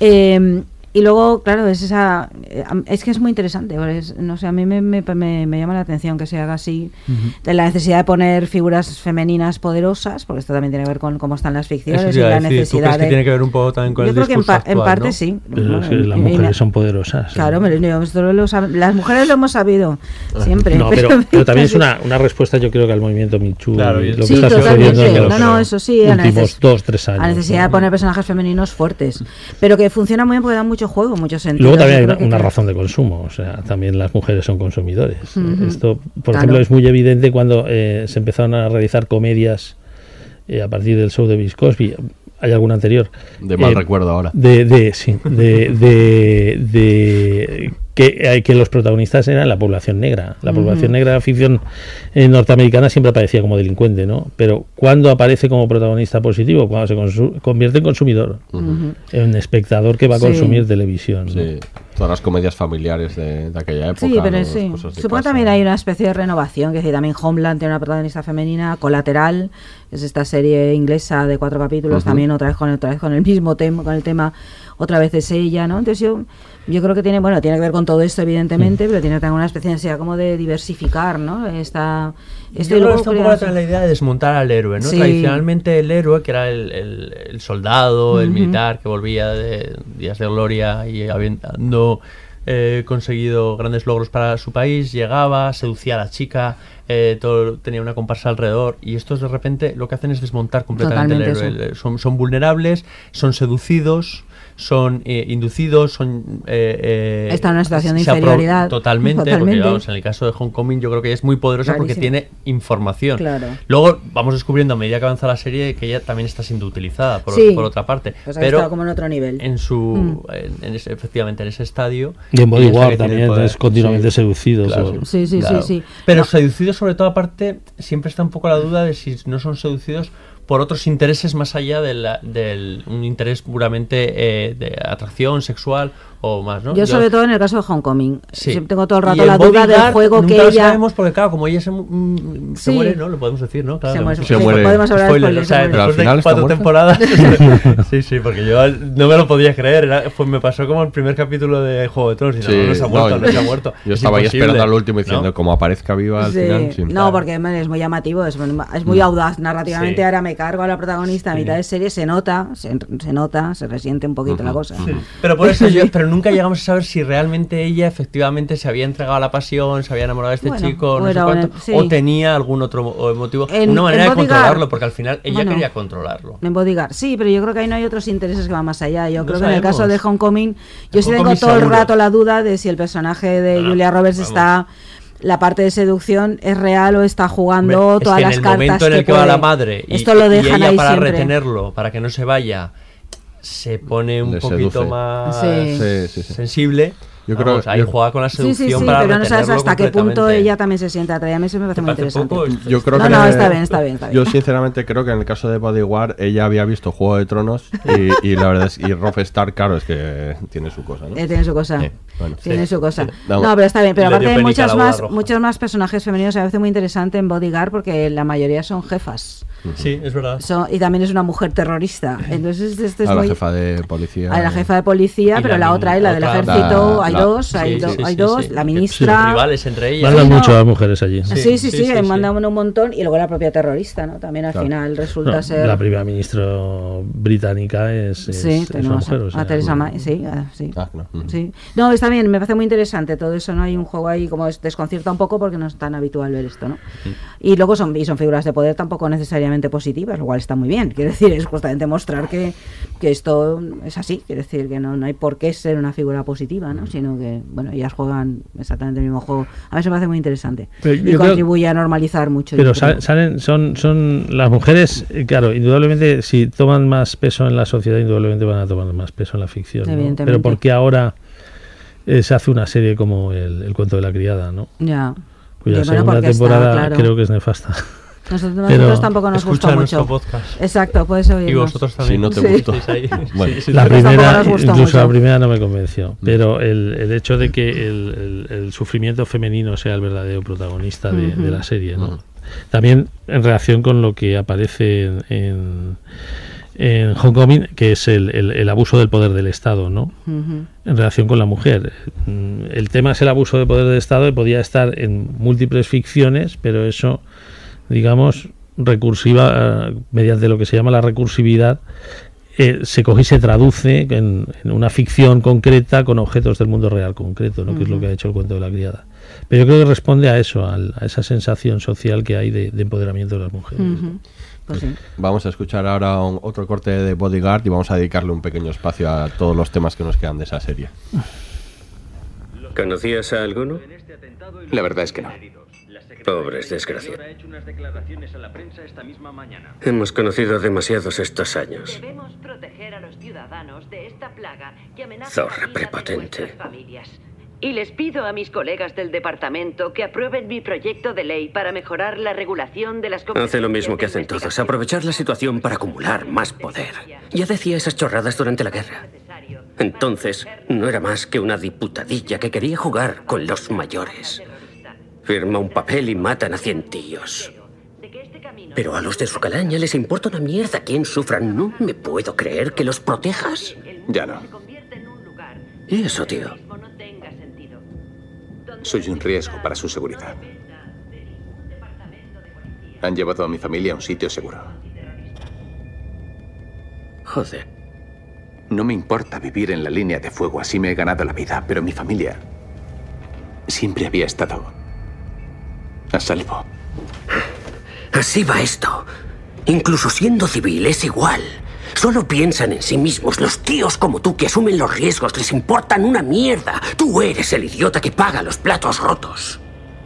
Y luego, claro, es que es muy interesante. No sé, a mí me llama la atención que se haga así, de la necesidad de poner figuras femeninas poderosas, porque esto también tiene que ver con cómo están las ficciones y la necesidad que tiene que ver un poco también con el discurso actual, en parte, ¿no? Sí. Pero es que las mujeres son poderosas. Claro, las mujeres lo hemos sabido siempre. No, pero también es una respuesta, yo creo, que al movimiento Me Too, claro, lo que está sucediendo en los últimos 2-3 años. La necesidad de poner personajes femeninos fuertes, pero que funciona muy bien porque dan mucho juego, muchos sentidos. Luego también hay una razón de consumo, o sea, también las mujeres son consumidores. Esto, por ejemplo, es muy evidente cuando se empezaron a realizar comedias a partir del show de Bill Cosby. ¿Hay alguna anterior? De mal recuerdo ahora. Que los protagonistas eran la población negra. La población negra de la ficción norteamericana siempre aparecía como delincuente, ¿no? Pero cuando aparece como protagonista positivo, cuando se convierte en consumidor, en espectador que va a consumir televisión, ¿no? Sí, todas las comedias familiares de aquella época. Sí, pero supongo que también hay una especie de renovación, que es decir, también Homeland tiene una protagonista femenina, Colateral, Es esta serie inglesa de 4 capítulos, también otra vez con el mismo tema, con el tema otra vez es ella, ¿no? Entonces yo creo que tiene que ver con todo esto, evidentemente, pero tiene también una especie como de diversificar, ¿no? Yo creo que está un poco atrás la idea de desmontar al héroe, ¿no? Sí. Tradicionalmente el héroe, que era el soldado, el militar, que volvía de días de gloria y habiendo conseguido grandes logros para su país, llegaba, seducía a la chica, todo, tenía una comparsa alrededor, y estos de repente lo que hacen es desmontar completamente el héroe. Son vulnerables, son seducidos, son inducidos, son está en una situación de inferioridad totalmente, porque vamos, en el caso de Homecoming yo creo que ella es muy poderosa porque tiene información. Claro. Luego vamos descubriendo a medida que avanza la serie que ella también está siendo utilizada por otra parte, pues pero está como en otro nivel. Efectivamente en ese estadio, y en Bodyguard también es continuamente seducido. Claro. Sí. Pero seducidos, sobre todo, aparte, siempre está un poco la duda de si no son seducidos por otros intereses más allá del un interés puramente de atracción sexual o más, ¿no? Yo sobre todo en el caso de Homecoming, tengo todo el rato y la duda del juego que ella... sabemos porque claro, como ella se muere, ¿no? Lo podemos decir, ¿no? Claro, se muere. Podemos hablar de spoilers, pero al final de 4 temporadas. sí, porque yo no me lo podía creer, me pasó como el primer capítulo de Juego de Tronos y no se ha muerto. Yo estaba ahí esperando al último diciendo, como aparezca viva al final. No, porque es muy llamativo, es muy audaz narrativamente. Ahora me cargo a la protagonista a mitad de serie, se nota, se resiente un poquito la cosa. Pero por eso pero nunca llegamos a saber si realmente ella efectivamente se había entregado a la pasión, se había enamorado de este chico, no sé cuánto, o tenía algún otro motivo, una manera de controlarlo, porque al final ella quería controlarlo. En Bodyguard, sí, pero yo creo que ahí no hay otros intereses que van más allá. Yo creo que en el caso de Homecoming, yo sí tengo todo el rato la duda de si el personaje de Julia Roberts está... La parte de seducción es real o está jugando todas las cartas. En el momento en el que va la madre esto lo dejan y ella ahí para siempre. Retenerlo, para que no se vaya, se pone un poquito más sensible. Yo creo ahí juega con la seducción para pero no sabes hasta qué punto ella también se siente atraída. A mí eso me parece muy interesante. Yo creo está bien. Yo sinceramente creo que en el caso de Bodyguard ella había visto Juego de Tronos y la verdad es y Robb Stark, claro, es que tiene su cosa, ¿no? Tiene su cosa. Tiene su cosa. No, pero está bien. Pero aparte hay muchos más personajes femeninos. Me parece muy interesante en Bodyguard porque la mayoría son jefas. Sí, es verdad. Y también es una mujer terrorista. Entonces es la jefa de policía. La jefa de policía, pero la otra es la del ejército. Hay dos, la ministra. Rivales entre ellas. Mandan mucho a las mujeres allí. Sí, mandan un montón. Y luego la propia terrorista, ¿no? También al final resulta ser. La primera ministra británica es una mujer. A Theresa May, sí. No, está bien, me parece muy interesante todo eso, ¿no? Hay un juego ahí como desconcierta un poco porque no es tan habitual ver esto, ¿no? Y luego son figuras de poder tampoco necesariamente positivas, lo cual está muy bien. Quiero decir, es justamente mostrar que esto es así. Quiero decir que no hay por qué ser una figura positiva, ¿no? Sino que, bueno, ellas juegan exactamente el mismo juego. A mí se me hace muy interesante. Y contribuye a normalizar mucho. Pero son las mujeres, claro, indudablemente, si toman más peso en la sociedad, indudablemente van a tomar más peso en la ficción, ¿no? Pero ¿por qué ahora se hace una serie como el cuento de la criada, ¿no? Ya. Cuya segunda temporada creo que es nefasta. Nosotros tampoco nos gustó mucho. Podcast. Exacto, puedes oírnos. Y vosotros también. Si no te gustó. La primera, incluso la primera no me convenció. Pero el hecho de que el sufrimiento femenino sea el verdadero protagonista de la serie, ¿no? También en relación con lo que aparece en Homecoming, que es el abuso del poder del Estado, ¿no? En relación con la mujer. El tema es el abuso del poder del Estado y podía estar en múltiples ficciones, pero eso, digamos, recursiva, mediante lo que se llama la recursividad, se coge y se traduce en una ficción concreta con objetos del mundo real concreto, ¿no? Que es lo que ha hecho el cuento de la criada. Pero yo creo que responde a eso, a esa sensación social que hay de empoderamiento de las mujeres. Pues sí. Vamos a escuchar ahora otro corte de Bodyguard y vamos a dedicarle un pequeño espacio a todos los temas que nos quedan de esa serie. ¿Conocías a alguno? La verdad es que no. Pobres desgraciados. Hemos conocido demasiados estos años. Debemos proteger a los ciudadanos de esta plaga que amenaza Zorra prepotente. Y les pido a mis colegas del departamento que aprueben mi proyecto de ley para mejorar la regulación de las competencias. Hace lo mismo que hacen todos, aprovechar la situación para acumular más poder. Ya decía esas chorradas durante la guerra. Entonces, no era más que una diputadilla que quería jugar con los mayores. Firma un papel y matan a 100 tíos. Pero a los de su calaña les importa una mierda quién sufra. No me puedo creer que los protejas. Ya no. ¿Y eso, tío? Soy un riesgo para su seguridad. Han llevado a mi familia a un sitio seguro. Joder. No me importa vivir en la línea de fuego, así me he ganado la vida, pero mi familia siempre había estado a salvo. Así va esto. Incluso siendo civil es igual. Solo piensan en sí mismos. Los tíos como tú que asumen los riesgos les importan una mierda. Tú eres el idiota que paga los platos rotos.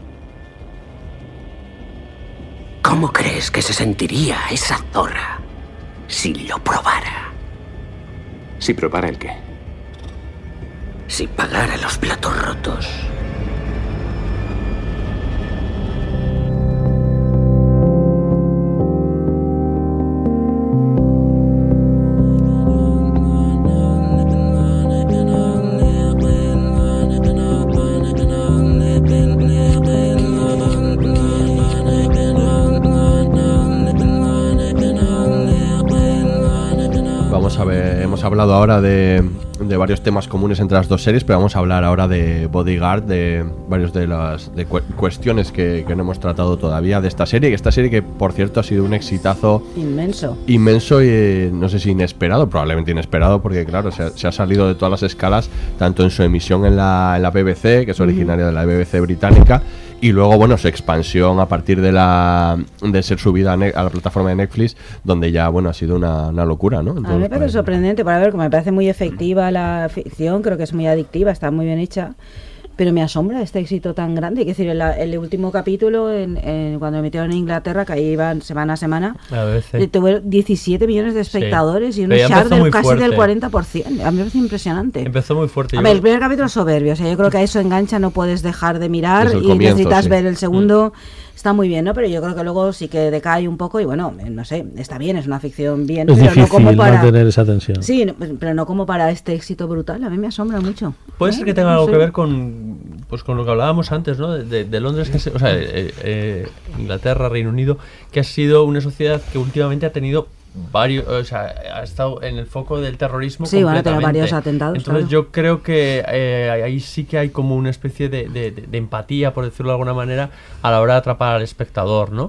¿Cómo crees que se sentiría esa zorra si lo probara? ¿Si probara el qué? Si pagara los platos rotos. Hemos hablado ahora de varios temas comunes entre las dos series, pero vamos a hablar ahora de Bodyguard, de varios de las cuestiones que no hemos tratado todavía de esta serie, que por cierto ha sido un exitazo inmenso y no sé si inesperado, probablemente inesperado, porque claro, se ha salido de todas las escalas, tanto en su emisión en la BBC, que es originaria de la BBC británica, y luego, bueno, su expansión a partir de ser subida a la plataforma de Netflix, donde ya, bueno, ha sido una locura, ¿no? Entonces, a mí me parece sorprendente, para ver, como me parece muy efectiva la ficción, creo que es muy adictiva, está muy bien hecha, pero me asombra este éxito tan grande. Es decir, el último capítulo, cuando emitieron en Inglaterra, que ahí iban semana a semana, tuvo 17 millones de espectadores, y un share del casi del 40%. A mí me parece impresionante. Empezó muy fuerte. A ver, el primer capítulo es soberbio, o sea, yo creo que a eso engancha, no puedes dejar de mirar y comienzo, necesitas ver el segundo. Está muy bien, ¿no? Pero yo creo que luego sí que decae un poco y bueno, no sé, está bien, es una ficción bien, es pero difícil no como para mantener esa tensión. Sí, pero no como para este éxito brutal. A mí me asombra mucho. Puede ser que tenga algo que ver con lo que hablábamos antes, ¿no? De Londres, o sea, Inglaterra, Reino Unido, que ha sido una sociedad que últimamente ha tenido varios, o sea, ha estado en el foco del terrorismo. Sí, van a tener varios atentados. Entonces yo creo que ahí sí que hay como una especie de empatía, por decirlo de alguna manera, a la hora de atrapar al espectador, ¿no?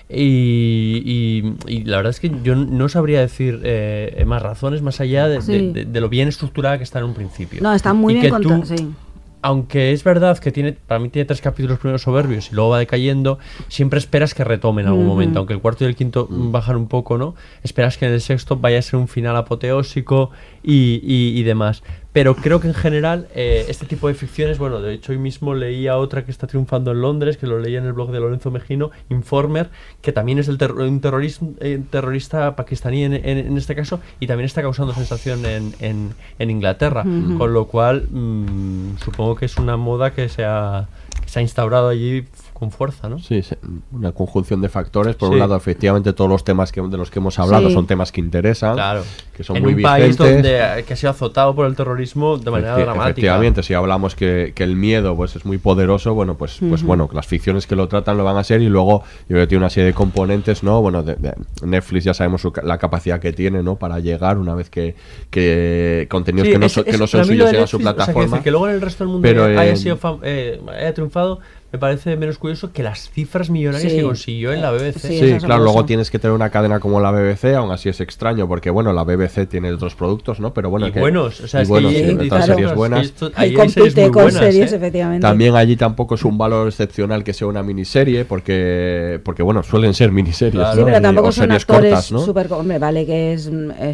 Y la verdad es que yo no sabría decir más razones más allá de lo bien estructurada que está en un principio. No, está muy bien contada, sí. Aunque es verdad que para mí tiene 3 capítulos primero soberbios y luego va decayendo, siempre esperas que retome en algún momento, aunque el cuarto y el quinto bajan un poco, ¿no? Esperas que en el sexto vaya a ser un final apoteósico y demás. Pero creo que en general este tipo de ficciones, bueno, de hecho hoy mismo leía otra que está triunfando en Londres, que lo leía en el blog de Lorenzo Mejino, Informer, que también es un terrorista pakistaní en este caso, y también está causando sensación en Inglaterra, con lo cual supongo que es una moda que se ha instaurado allí con fuerza, ¿no? Sí, una conjunción de factores. Por un lado, efectivamente, todos los temas de los que hemos hablado son temas que interesan, que son muy vigentes. En un país que ha sido azotado por el terrorismo de manera dramática. Efectivamente, si hablamos que el miedo pues es muy poderoso, bueno, pues bueno, las ficciones que lo tratan lo van a ser, y luego yo creo que tiene una serie de componentes, ¿no? Bueno, de Netflix ya sabemos la capacidad que tiene, ¿no? Para llegar una vez que contenidos que no son suyos llegan a su plataforma. O sea, que luego en el resto del mundo haya triunfado, me parece menos curioso que las cifras millonarias que consiguió en la BBC. Sí, claro, luego tienes que tener una cadena como la BBC, aún así es extraño, porque bueno, la BBC tiene otros productos, ¿no? Pero bueno, buenos, o sea, es que otras series buenas. Hay series con series, efectivamente. También allí tampoco es un valor excepcional que sea una miniserie, porque bueno, suelen ser miniseries, claro. ¿no? Sí, pero tampoco son actores cortas, ¿no? super, hombre, vale que es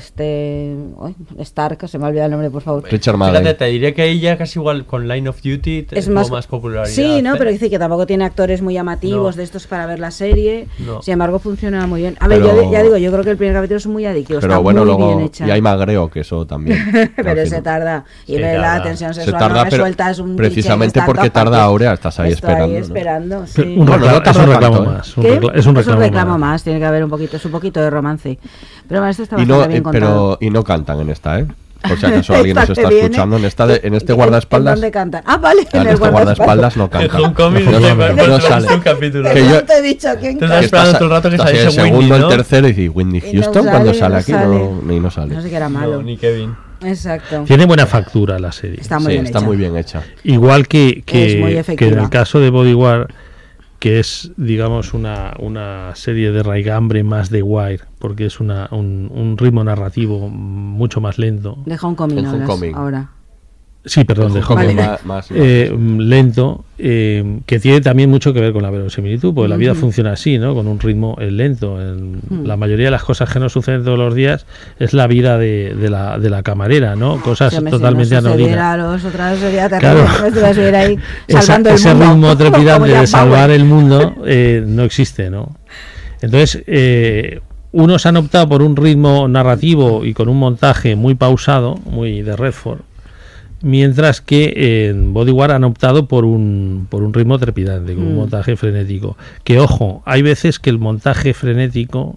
Stark, se me ha olvidado el nombre, por favor. Richard Madden. Fíjate, te diría que ella casi igual con Line of Duty es más popularidad. Sí, no, pero dice que tampoco tiene actores muy llamativos de estos para ver la serie. Sin embargo, funciona muy bien. A ver, ya digo, yo creo que el primer capítulo es muy adictivo. Pero está bueno, muy luego bien hecha. Y hay magreo, que eso también. Pero se tarda. Y la tensión sexual tarda, no resuelta es un precisamente porque tarda Aurea, estás ahí esperando. Sí. Es un reclamo más. Es un reclamo más. Tiene que haber un poquito de romance. Pero bueno, esto está bastante bien contado. Y no cantan en esta, ¿eh? Por si acaso alguien nos está escuchando en este guardaespaldas. ¿Dónde cantan? Ah, vale, en el guardaespaldas no canta. No sale. Un capítulo. No te he dicho quién canta. Estás esperando todo el rato que saliese el segundo, Whitney, ¿no? el tercero y dice Whitney Houston cuando sale aquí no sale. No sé qué era malo. No, ni Kevin. Exacto. Tiene buena factura la serie. Está muy bien hecha. Igual que en el caso de Bodyguard, que es, digamos, una serie de raigambre más de Wire, porque es un ritmo narrativo mucho más lento. De Homecoming ahora. Sí, perdón, de Homecoming. Lento, que tiene también mucho que ver con la verosimilitud, porque la vida funciona así, ¿no? Con un ritmo lento. La mayoría de las cosas que nos suceden todos los días es la vida de la camarera, ¿no? Cosas totalmente anodinas. Claro. Ese ritmo trepidante de salvar el mundo no existe, ¿no? Entonces, unos han optado por un ritmo narrativo y con un montaje muy pausado, muy de Redford, mientras que en Bodyguard han optado por un ritmo trepidante, con un montaje frenético. Que ojo, hay veces que el montaje frenético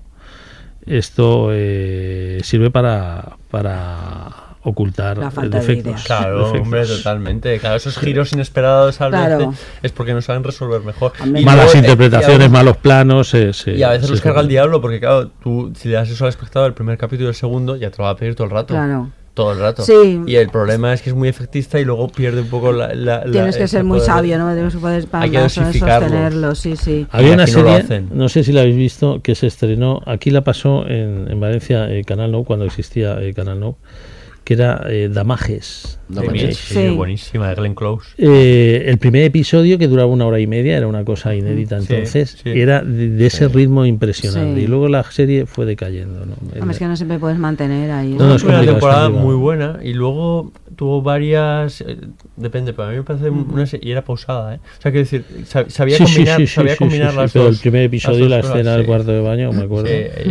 sirve para ocultar la falta defectos. De ideas. Claro, hombre, totalmente. Claro, esos giros inesperados a veces es porque no saben resolver mejor. Malas interpretaciones, malos planos. Y a veces los carga el diablo porque, claro, tú si le das eso al espectador el primer capítulo y el segundo, ya te lo va a pedir todo el rato. Claro. Todo el rato. Sí. Y el problema es que es muy efectista y luego pierde un poco Tienes que ser muy sabio, ¿no? Tienes que poder sostenerlo, sí. Había una serie, no sé si la habéis visto, que se estrenó, aquí la pasó en Valencia, Canal Nou, cuando existía Canal Nou, que era Damages. Sí, buenísima, de Glenn Close. El primer episodio, que duraba 1 hora y media, era una cosa inédita entonces, era de ese ritmo impresionante. Y luego la serie fue decayendo, ¿no? Es que no siempre puedes mantener ahí. No, es una temporada muy buena y luego tuvo varias, depende, pero a mí me parece una serie, y era pausada, ¿eh? O sea, quiero decir, sabía combinar las dos. Pero el primer episodio y la escena del cuarto de baño, me acuerdo.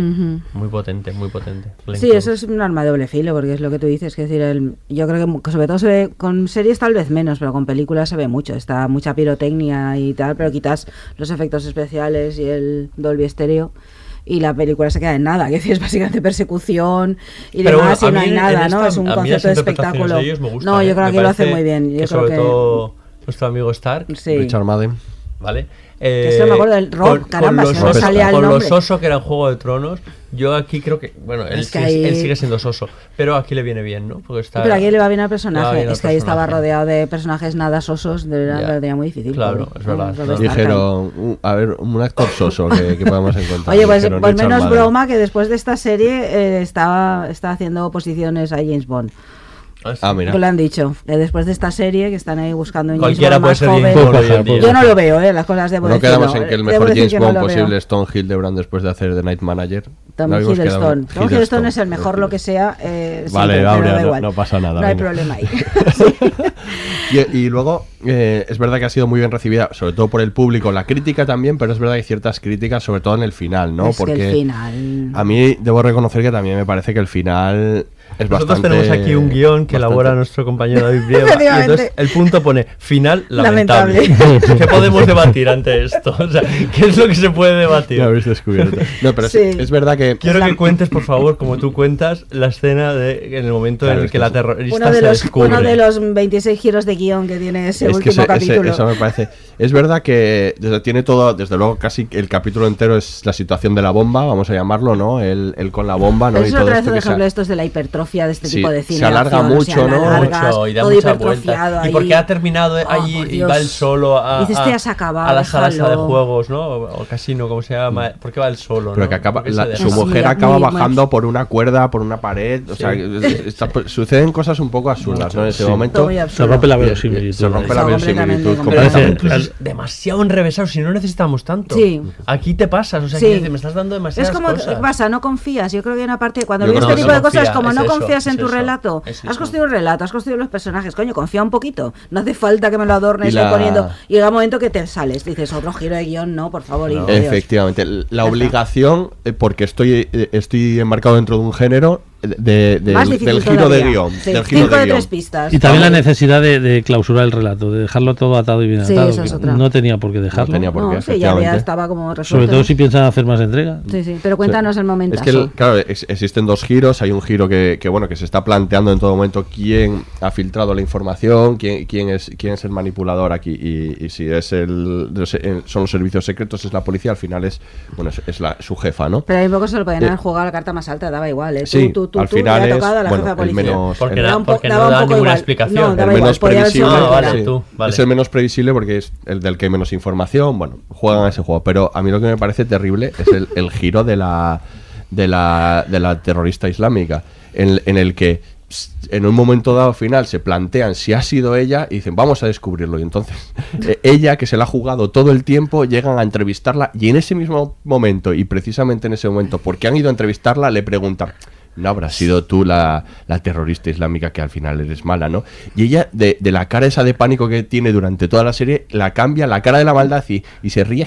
Muy potente. Sí, eso es un arma de doble filo, porque es lo que tú dices, que es decir, yo creo que sobre todo se ve, con series tal vez menos, pero con películas se ve mucho, está mucha pirotecnia y tal, pero quitas los efectos especiales y el Dolby Stereo y la película se queda en nada, que es básicamente persecución y pero demás, y no hay nada, ¿no? Es un concepto de espectáculo. No, yo creo que lo hace muy bien. Yo creo sobre todo nuestro amigo Stark, Richard Madden, ¿vale? Eso me acuerdo del Rob, caramba, se me salía el nombre. Con lo soso que era en Juego de Tronos, yo aquí creo que, bueno, él sigue siendo soso, pero aquí le viene bien, ¿no? Porque pero aquí le va bien al personaje, es que ahí estaba rodeado de personajes nada sosos, de verdad, lo tenía muy difícil. Claro, es verdad. Dijeron, a ver, un actor soso que podemos encontrar. Oye, pues menos broma que después de esta serie está haciendo oposiciones a James Bond. Mira. Lo han dicho, después de esta serie que están ahí buscando un cualquiera James Bond puede más ser joven. Yo no lo veo, las cosas de no quedamos en que el mejor James Bond posible es Tom Hildebrand después de hacer The Night Manager. Tom Hiddleston. Tom Hiddleston es el mejor lo que sea. Vale, Gabriel, no pasa nada. No hay problema ahí. y luego es verdad que ha sido muy bien recibida, sobre todo por el público, la crítica también, pero es verdad que hay ciertas críticas, sobre todo en el final, ¿no? Porque el final... a mí debo reconocer que también me parece que el final es Nosotros bastante... tenemos aquí un guión que elabora nuestro compañero David Brieva y entonces el punto pone final lamentable. ¿Qué podemos debatir ante esto? O sea, ¿qué es lo que se puede debatir? Lo habéis descubierto. No, pero es verdad que... Quiero que cuentes, por favor, como tú cuentas, la escena en el momento en el que la terrorista se descubre. Uno de los 26 giros de guión que tiene ese último capítulo. Eso me parece... Es verdad que tiene todo, desde luego casi el capítulo entero es la situación de la bomba, vamos a llamarlo, ¿no? Él con la bomba, ¿no? Eso es otra vez un ejemplo estos de la hipertrofia de este tipo de cine. Se alarga mucho, ¿no? Mucho, y da mucha vuelta. Y porque ha terminado allí y va él solo a la sala de juegos, ¿no? O casino, como se llama. ¿Por qué va él solo? Pero que acaba, su mujer acaba bajando por una cuerda, por una pared. O sea, suceden cosas un poco absurdas, ¿no? En ese momento se rompe la verosimilitud. Se rompe la verosimilitud. Demasiado enrevesado, si no necesitamos tanto. Aquí te pasas, o sea, me estás dando demasiadas cosas. Es como, ¿qué pasa? No confías. Yo creo que hay una parte, cuando ves este tipo de cosas, como no confías en tu relato, has construido un relato, has construido los personajes, coño, confía un poquito. No hace falta que me lo adornes poniendo. Y llega un momento que te sales, dices, otro giro de guión, no, por favor. Efectivamente, la obligación, porque estoy enmarcado dentro de un género, del giro de guión. Sí, del giro 5 de de guión. 3 pistas. Y también la necesidad de clausurar el relato, de dejarlo todo atado y bien Sí, atado. esa es otra. No tenía por qué dejarlo. No tenía por qué, Sí, ya estaba como resuelto. Sobre todo si piensan hacer más entregas. Sí, pero cuéntanos el momento. Es que, claro, existen dos giros. Hay un giro que se está planteando en todo momento quién ha filtrado la información, quién es el manipulador aquí, y si es son los servicios secretos, es la policía, al final es su jefa, ¿no? Pero ahí un poco se lo podían haber jugado a la carta más alta, daba igual, ¿eh? Sí, al final es la jefa de policía. Porque no daba da un poco ninguna igual. explicación. No, daba el igual, menos podía haber sido previsible, cualquiera. es el menos previsible porque es el del que hay menos información. Bueno, juegan a ese juego, pero a mí lo que me parece terrible es el giro de la terrorista islámica, en el que en un momento dado final se plantean si ha sido ella y dicen vamos a descubrirlo, y entonces ella, que se la ha jugado todo el tiempo, llegan a entrevistarla, y en ese mismo momento, y precisamente en ese momento, porque han ido a entrevistarla, le preguntan: ¿no habrás sido tú la terrorista islámica que al final eres mala, no? Y ella, de la cara esa de pánico que tiene durante toda la serie, la cambia, la cara de la maldad, y se ríe.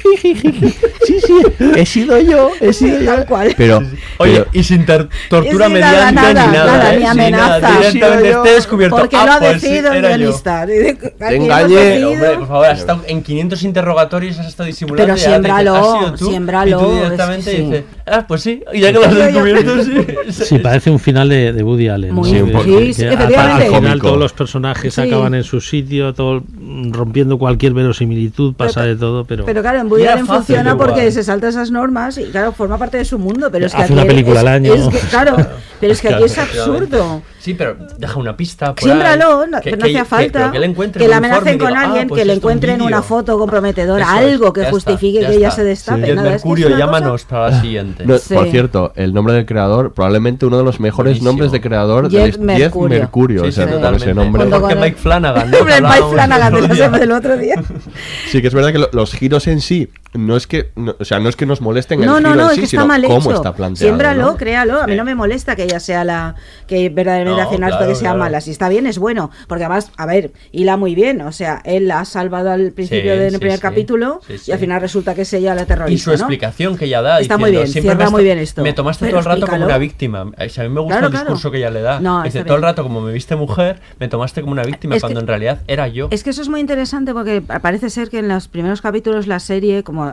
Sí, he sido yo. Tal cual. Pero, oye, y sin tortura mediante nada, ni amenaza. Directamente esté descubierto. Porque lo ha pues decidido el guionista. Te engañé. Hombre, por favor, has estado en 500 interrogatorios, has estado disimulando. Pero siémbralo. Y tú directamente dices, pues sí, y ya que lo has descubierto, sí. Sí, parece un final de Woody Allen. Muy efectivamente. Al final todos los personajes acaban en su sitio, todo rompiendo cualquier verosimilitud, pasa de todo, pero claro, en Woody Allen funciona porque se salta esas normas y claro, forma parte de su mundo, pero es que hace aquí una película al año. Claro, pero es que aquí es absurdo. Sí, pero deja una pista. Siémbralo, pero no hacía falta que la amenacen con alguien, que le encuentren una foto comprometedora, algo que justifique que ella se destape. Mercurio, llámanos para la siguiente. Por cierto, el nombre del creador, probablemente uno de los mejores nombres de creador de Jeff Mercurio. O sea, por ese nombre. Mejor que Mike Flanagan. Mike Flanagan de la semana del otro día. Sí, que es verdad que los giros en sí no es que nos molesten el giro en sí, es que sino está mal cómo hecho. está planteado. Siémbralo, créalo. A mí no me molesta que ella sea la que verdaderamente al final que sea mala. Si está bien, es bueno. Porque además, a ver, hila muy bien. O sea, él la ha salvado al principio del primer capítulo y al final resulta que es ella la terrorista. Y su explicación que ella da. Está muy bien, cierra muy bien esto. Me tomaste todo el rato como una víctima. Si a mí me gusta el discurso que ella le da. Dice todo el rato, como me viste mujer, me tomaste como una víctima, cuando en realidad era yo. Es que eso es muy interesante porque parece ser que en los primeros capítulos la serie, como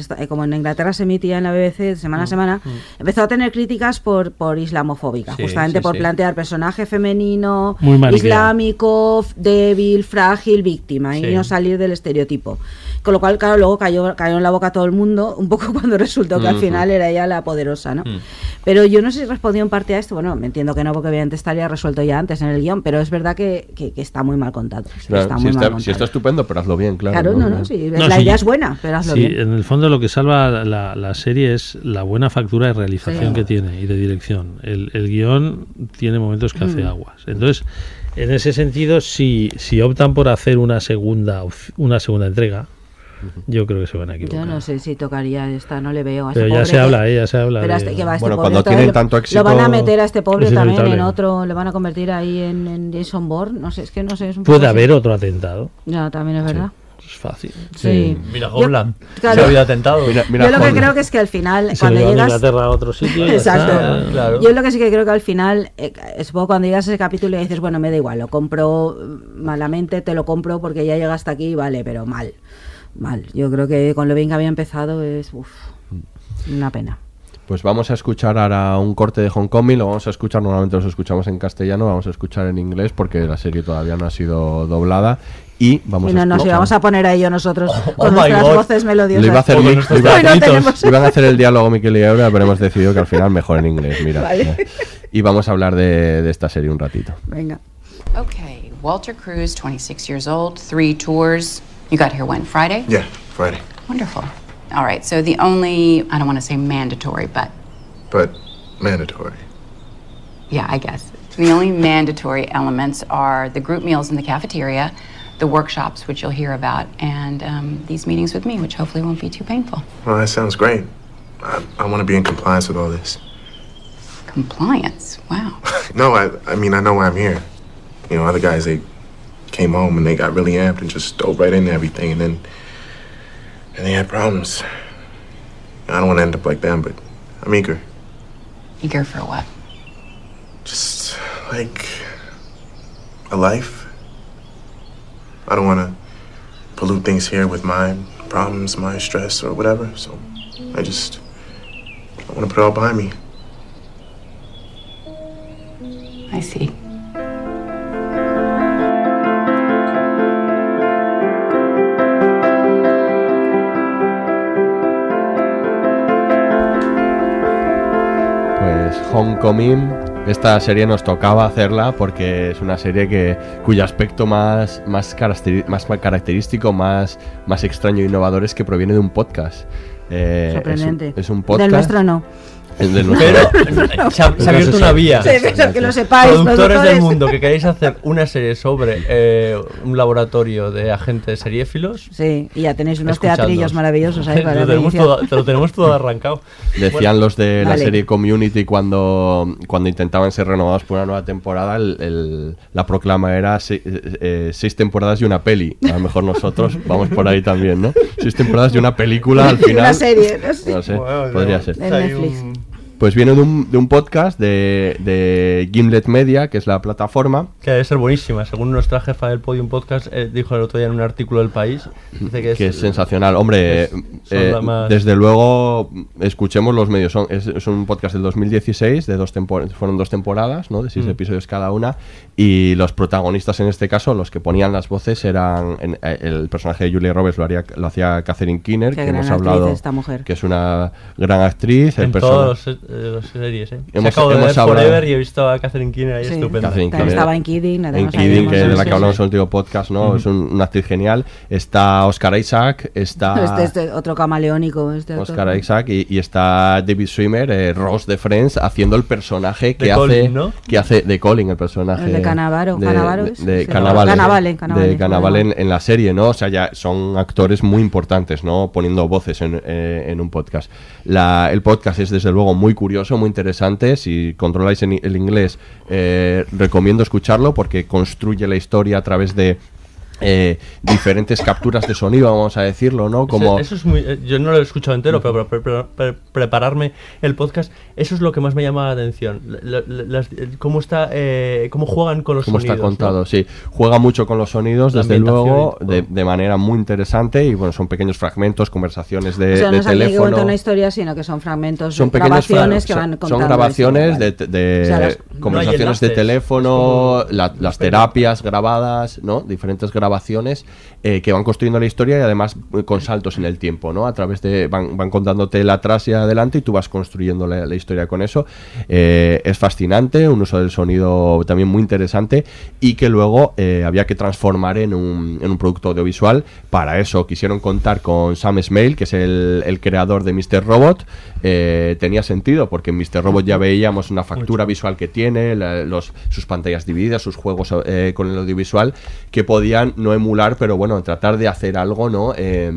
en Inglaterra se emitía en la BBC semana a semana, empezó a tener críticas por islamofóbica, justamente por plantear personaje femenino, islámico, débil, frágil, víctima, y no salir del estereotipo. Con lo cual, claro, luego cayó en la boca a todo el mundo, un poco cuando resultó que al final era ella la poderosa, ¿no? Pero yo no sé si respondió en parte a esto, bueno, me entiendo que no, porque obviamente estaría resuelto ya antes en el guión, pero es verdad que está muy mal contado. Claro, sí está estupendo, pero hazlo bien, claro. Claro, la idea es buena, pero hazlo bien. En el fondo lo que salva la serie es la buena factura de realización que tiene y de dirección. El guión tiene momentos que hace aguas. Entonces, en ese sentido, si optan por hacer una segunda entrega, yo creo que se van a equivocar. Yo no sé si tocaría esta, no le veo a pero este ya pobre. se habla. Bueno, cuando tienen tanto éxito, lo van a meter a este pobre también en otro, le van a convertir ahí en Jason Bourne, no sé, es que no sé. Es un puede haber otro atentado. Ya, también es verdad. Es fácil. Sí. Mira Homeland, se ha habido atentado. Mira yo lo que creo que es que al final, cuando llegas a Inglaterra a otro sitio. Exacto. Claro. Yo lo que sí que creo que al final, es poco cuando llegas a ese capítulo y dices, bueno, me da igual, lo compro malamente, te lo compro porque ya llega hasta aquí, vale, pero mal. Yo creo que con lo bien que había empezado es una pena. Pues vamos a escuchar ahora un corte de Homecoming, lo vamos a escuchar, normalmente los escuchamos en castellano, vamos a escuchar en inglés porque la serie todavía no ha sido doblada. Y vamos nos íbamos a poner a ello nosotros con nuestras voces melodiosas. Lo iba a hacer iban a hacer el diálogo Miquel y Aura, pero hemos decidido que al final mejor en inglés, mira. Vale. Y vamos a hablar de esta serie un ratito. Venga. Okay, Walter Cruz, 26 years old, 3 tours. You got here when, Friday? Yeah, Friday. Wonderful. All right, so the only, I don't want to say mandatory, but mandatory. Yeah, I guess. The only mandatory elements are the group meals in the cafeteria, the workshops, which you'll hear about, and these meetings with me, which hopefully won't be too painful. Well, that sounds great. I want to be in compliance with all this. Compliance? Wow. No, I mean, I know why I'm here. You know, other guys, they came home and they got really amped and just dove right into everything, and they had problems. I don't want to end up like them, but I'm eager. Eager for what? like a life. I don't want to pollute things here with my problems, my stress, or whatever. So I want to put it all behind me. I see. Homecoming, esta serie nos tocaba hacerla porque es una serie cuyo aspecto más característico, más extraño e innovador es que proviene de un podcast. Sorprendente. Es un podcast. Del nuestro no. Pero se ha abierto una vía. Sí, que lo sepáis, productores del mundo que queréis hacer una serie sobre un laboratorio de agentes seriéfilos. Sí, y ya tenéis unos teatrillos maravillosos ahí para te lo tenemos todo arrancado. Decían los de la serie Community cuando intentaban ser renovados por una nueva temporada, la proclama era 6 temporadas y una peli. A lo mejor nosotros vamos por ahí también, ¿no? 6 temporadas y una película al final. Una serie, no sé, podría ser. En Netflix. Pues viene de un podcast de Gimlet Media, que es la plataforma. Que debe ser buenísima. Según nuestra jefa del Podium Podcast, dijo el otro día en un artículo del País. Dice que es sensacional. Hombre, desde luego, escuchemos los medios. Es un podcast del 2016, fueron 2 temporadas, ¿no? De 6 episodios cada una. Y los protagonistas en este caso, los que ponían las voces, eran el personaje de Julia Roberts lo hacía Catherine Keener, que hemos hablado, esta mujer. Que es una gran actriz. En todos las series, acabo de ver Forever y he visto a Catherine Keener ahí, estupenda. Estaba en Kidding, de la que hablamos en el último podcast, ¿no? Es una actriz genial. Está Oscar Isaac, está este otro camaleónico, Oscar Isaac, y está David Schwimmer, Ross de Friends, haciendo el personaje que hace de Colin, el personaje de Cannavaro, de Cannavale en la serie, ¿no? O sea, ya son actores muy importantes, ¿no? Poniendo voces en un podcast. El podcast es desde luego muy curioso, muy interesante. Si controláis el inglés, recomiendo escucharlo porque construye la historia a través de diferentes capturas de sonido, vamos a decirlo, ¿no? Como eso es muy, yo no lo he escuchado entero, pero prepararme el podcast, eso es lo que más me llama la atención. Cómo juegan con los sonidos. Cómo está contado, ¿no? Sí. Juega mucho con los sonidos, desde luego, de manera muy interesante. Y bueno, son pequeños fragmentos, conversaciones de teléfono. No es que cuenta una historia, sino que son fragmentos, grabaciones que van contando. Son grabaciones de conversaciones de teléfono, las terapias grabadas, ¿no? Diferentes grabaciones que van construyendo la historia y además con saltos en el tiempo, ¿no? A través de van contándote el atrás y adelante y tú vas construyendo la historia con eso. Es fascinante, un uso del sonido también muy interesante y que luego había que transformar en un producto audiovisual. Para eso quisieron contar con Sam Esmail, que es el creador de Mr. Robot. Tenía sentido porque en Mr. Robot ya veíamos una factura visual que tiene, sus pantallas divididas, sus juegos con el audiovisual, que podían no emular, pero bueno, tratar de hacer algo, ¿no?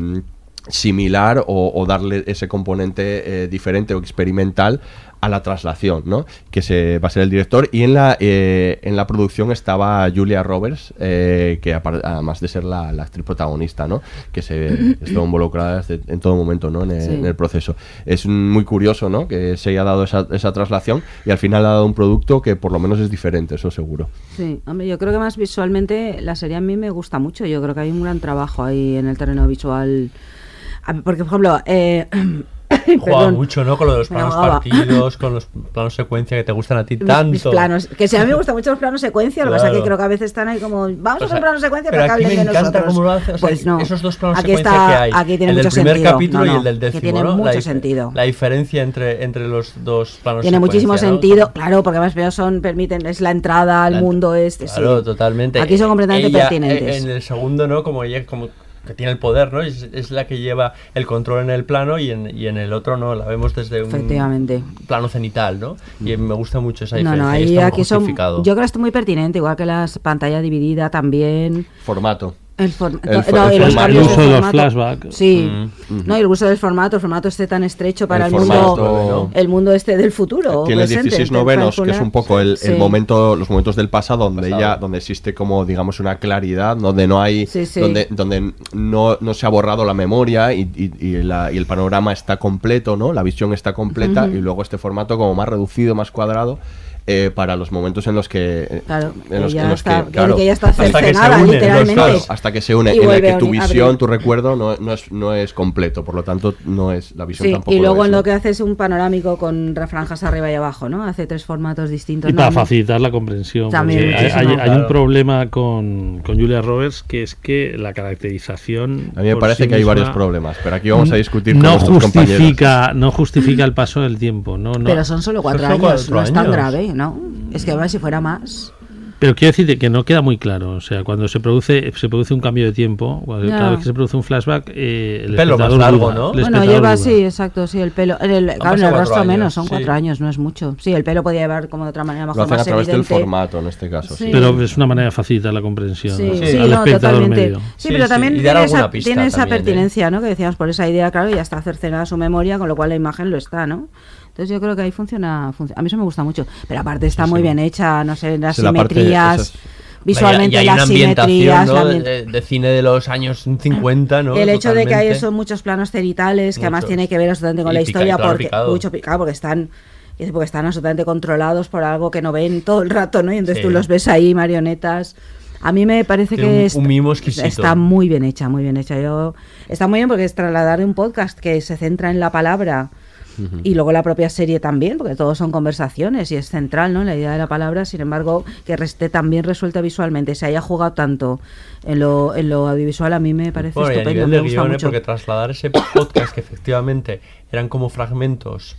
Similar o darle ese componente diferente o experimental a la traslación, ¿no? Que va a ser el director. Y en la producción estaba Julia Roberts, que además de ser la actriz protagonista, ¿no? Que estuvo involucrada en todo momento, ¿no? En el proceso. Es muy curioso, ¿no? Que se haya dado esa traslación y al final ha dado un producto que por lo menos es diferente, eso seguro. Sí, hombre, yo creo que más visualmente la serie a mí me gusta mucho. Yo creo que hay un gran trabajo ahí en el terreno visual. Porque, por ejemplo, juega mucho, ¿no? Con lo de los planos partidos, con los planos secuencia que te gustan a ti tanto. Mis planos, que si a mí me gustan mucho los planos secuencia, lo que pasa es que creo que a veces están ahí como, vamos a hacer planos secuencia para que hablen de nosotros. Pero aquí me encanta cómo lo hace, o sea, pues no. Esos 2 planos secuencia que hay, aquí tiene el del mucho primer sentido. capítulo y el del 10º, que tiene mucho sentido. La diferencia entre los 2 planos tiene secuencia, muchísimo ¿no? sentido, claro, porque además es la entrada al mundo este. Claro, sí. Totalmente. Aquí son completamente pertinentes. En el segundo, ¿no? Como que tiene el poder, ¿no? Es la que lleva el control en el plano y en el otro no, la vemos desde un plano cenital, ¿no? Y me gusta mucho esa diferencia. Ahí aquí yo creo que es muy pertinente, igual que la pantalla dividida también. Formato. El uso de los flashbacks. Sí, no, y el uso del formato, el formato este tan estrecho para el mundo este del futuro. Tiene 16 novenos, que es un poco el momento, los momentos del pasado donde existe como, digamos, una claridad, donde no hay, donde no se ha borrado la memoria y el panorama está completo, ¿no? La visión está completa y luego este formato como más reducido, más cuadrado. para los momentos en los que que ya está cercenada literalmente, hasta que se une, en el que tu visión, tu recuerdo no es completo, por lo tanto no es la visión tampoco. Y luego en lo que hace es un panorámico con franjas arriba y abajo, ¿no? Hace 3 formatos distintos. Y para facilitar la comprensión. También hay un problema con Julia Roberts, que es que la caracterización... A mí me parece que hay varios problemas, pero aquí vamos a discutir con nuestros compañeros. No justifica el paso del tiempo. Pero son solo 4 años, no es tan grave, ¿no? Es que además si fuera más... Pero quiero decir que no queda muy claro. O sea, cuando se produce un cambio de tiempo, cada vez que se produce un flashback, el pelo más largo, ¿no? Bueno, lleva, sí, exacto, sí, el pelo. En el rostro menos, son 4 años, no es mucho. Sí, el pelo podía llevar como de otra manera mejor, lo hacen más a través evidente. Del formato, en este caso. Sí. Pero es una manera de facilitar la comprensión al espectador totalmente. medio. Sí, pero también tiene esa pertinencia, ¿no? Que decíamos, por esa idea, claro, ya está cercenada su memoria, con lo cual la imagen lo está, ¿no? Entonces yo creo que ahí funciona. A mí eso me gusta mucho. Pero aparte está muy bien hecha, no sé, las simetrías... Visualmente y las simetrías, ¿no? de cine de los años 50, ¿no? El hecho de que hay muchos planos ceritales, que además tiene que ver absolutamente con la historia, porque están absolutamente controlados por algo que no ven todo el rato, ¿no? Y entonces tú los ves ahí, marionetas. A mí me parece que un mimo exquisito. Está muy bien hecha, muy bien hecha. Está muy bien porque es trasladar de un podcast que se centra en la palabra. Y luego la propia serie también, porque todos son conversaciones y es central, ¿no? La idea de la palabra, sin embargo, que esté tan bien resuelta visualmente, se haya jugado tanto en lo audiovisual, a mí me parece estupendo. Y a nivel me de gusta guion, mucho. porque trasladar ese podcast que efectivamente eran como fragmentos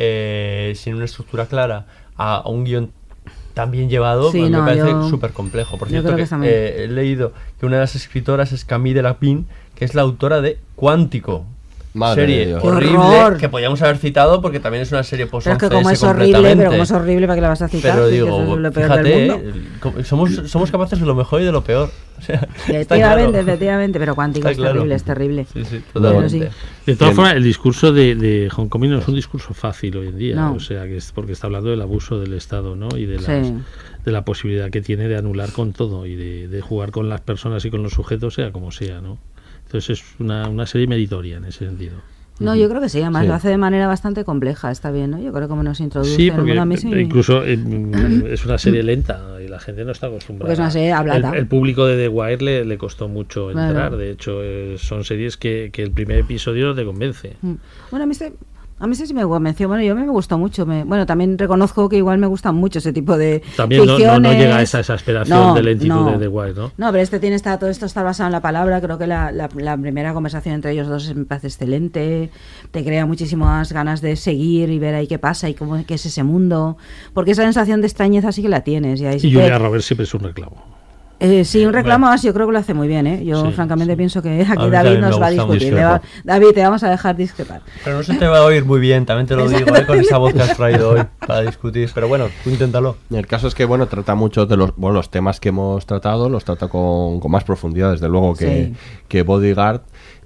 sin una estructura clara a un guión tan bien llevado, me parece súper complejo. Por cierto, he leído que una de las escritoras es Camille Delapine, que es la autora de Cuántico. Madre serie horrible que podíamos haber citado porque también es una serie post-11S. Pero como es horrible, ¿para qué la vas a citar? Pero digo, es lo peor del mundo. Somos capaces de lo mejor y de lo peor. O sea, efectivamente, pero Cuántico es terrible, es terrible. Sí, totalmente. De todas formas, el discurso de Homecoming no es un discurso fácil hoy en día, o sea, que es porque está hablando del abuso del Estado, ¿no? Y de la posibilidad que tiene de anular con todo y de jugar con las personas y con los sujetos, sea como sea, ¿no? Entonces es una serie meritoria en ese sentido. No, yo creo que sí, además lo hace de manera bastante compleja, está bien, ¿no? Yo creo que como nos introduce... Sí, porque incluso es una serie lenta y la gente no está acostumbrada. Porque es una serie hablada. El público de The Wire le costó mucho entrar, de hecho son series que el primer episodio te convence. Bueno, a mí sí me convenció. Bueno, yo me gustó mucho. También reconozco que igual me gustan mucho ese tipo de también ficciones. No llega a esa exasperación de lentitud de The Wire, ¿no? No, pero todo esto está basado en la palabra. Creo que la primera conversación entre ellos dos me parece excelente. Te crea muchísimas ganas de seguir y ver ahí qué pasa y qué es ese mundo. Porque esa sensación de extrañeza sí que la tienes. Y Julia Roberts siempre es un reclamo. Sí, un reclamo así, yo creo que lo hace muy bien, ¿eh? Yo francamente pienso que aquí David nos va a discutir. David, te vamos a dejar discrepar. Pero no se te va a oír muy bien, también te lo digo, con esa voz que has traído hoy para discutir. Pero bueno, tú inténtalo. El caso es que, trata mucho de los temas que hemos tratado, los trata con más profundidad, desde luego, que Bodyguard,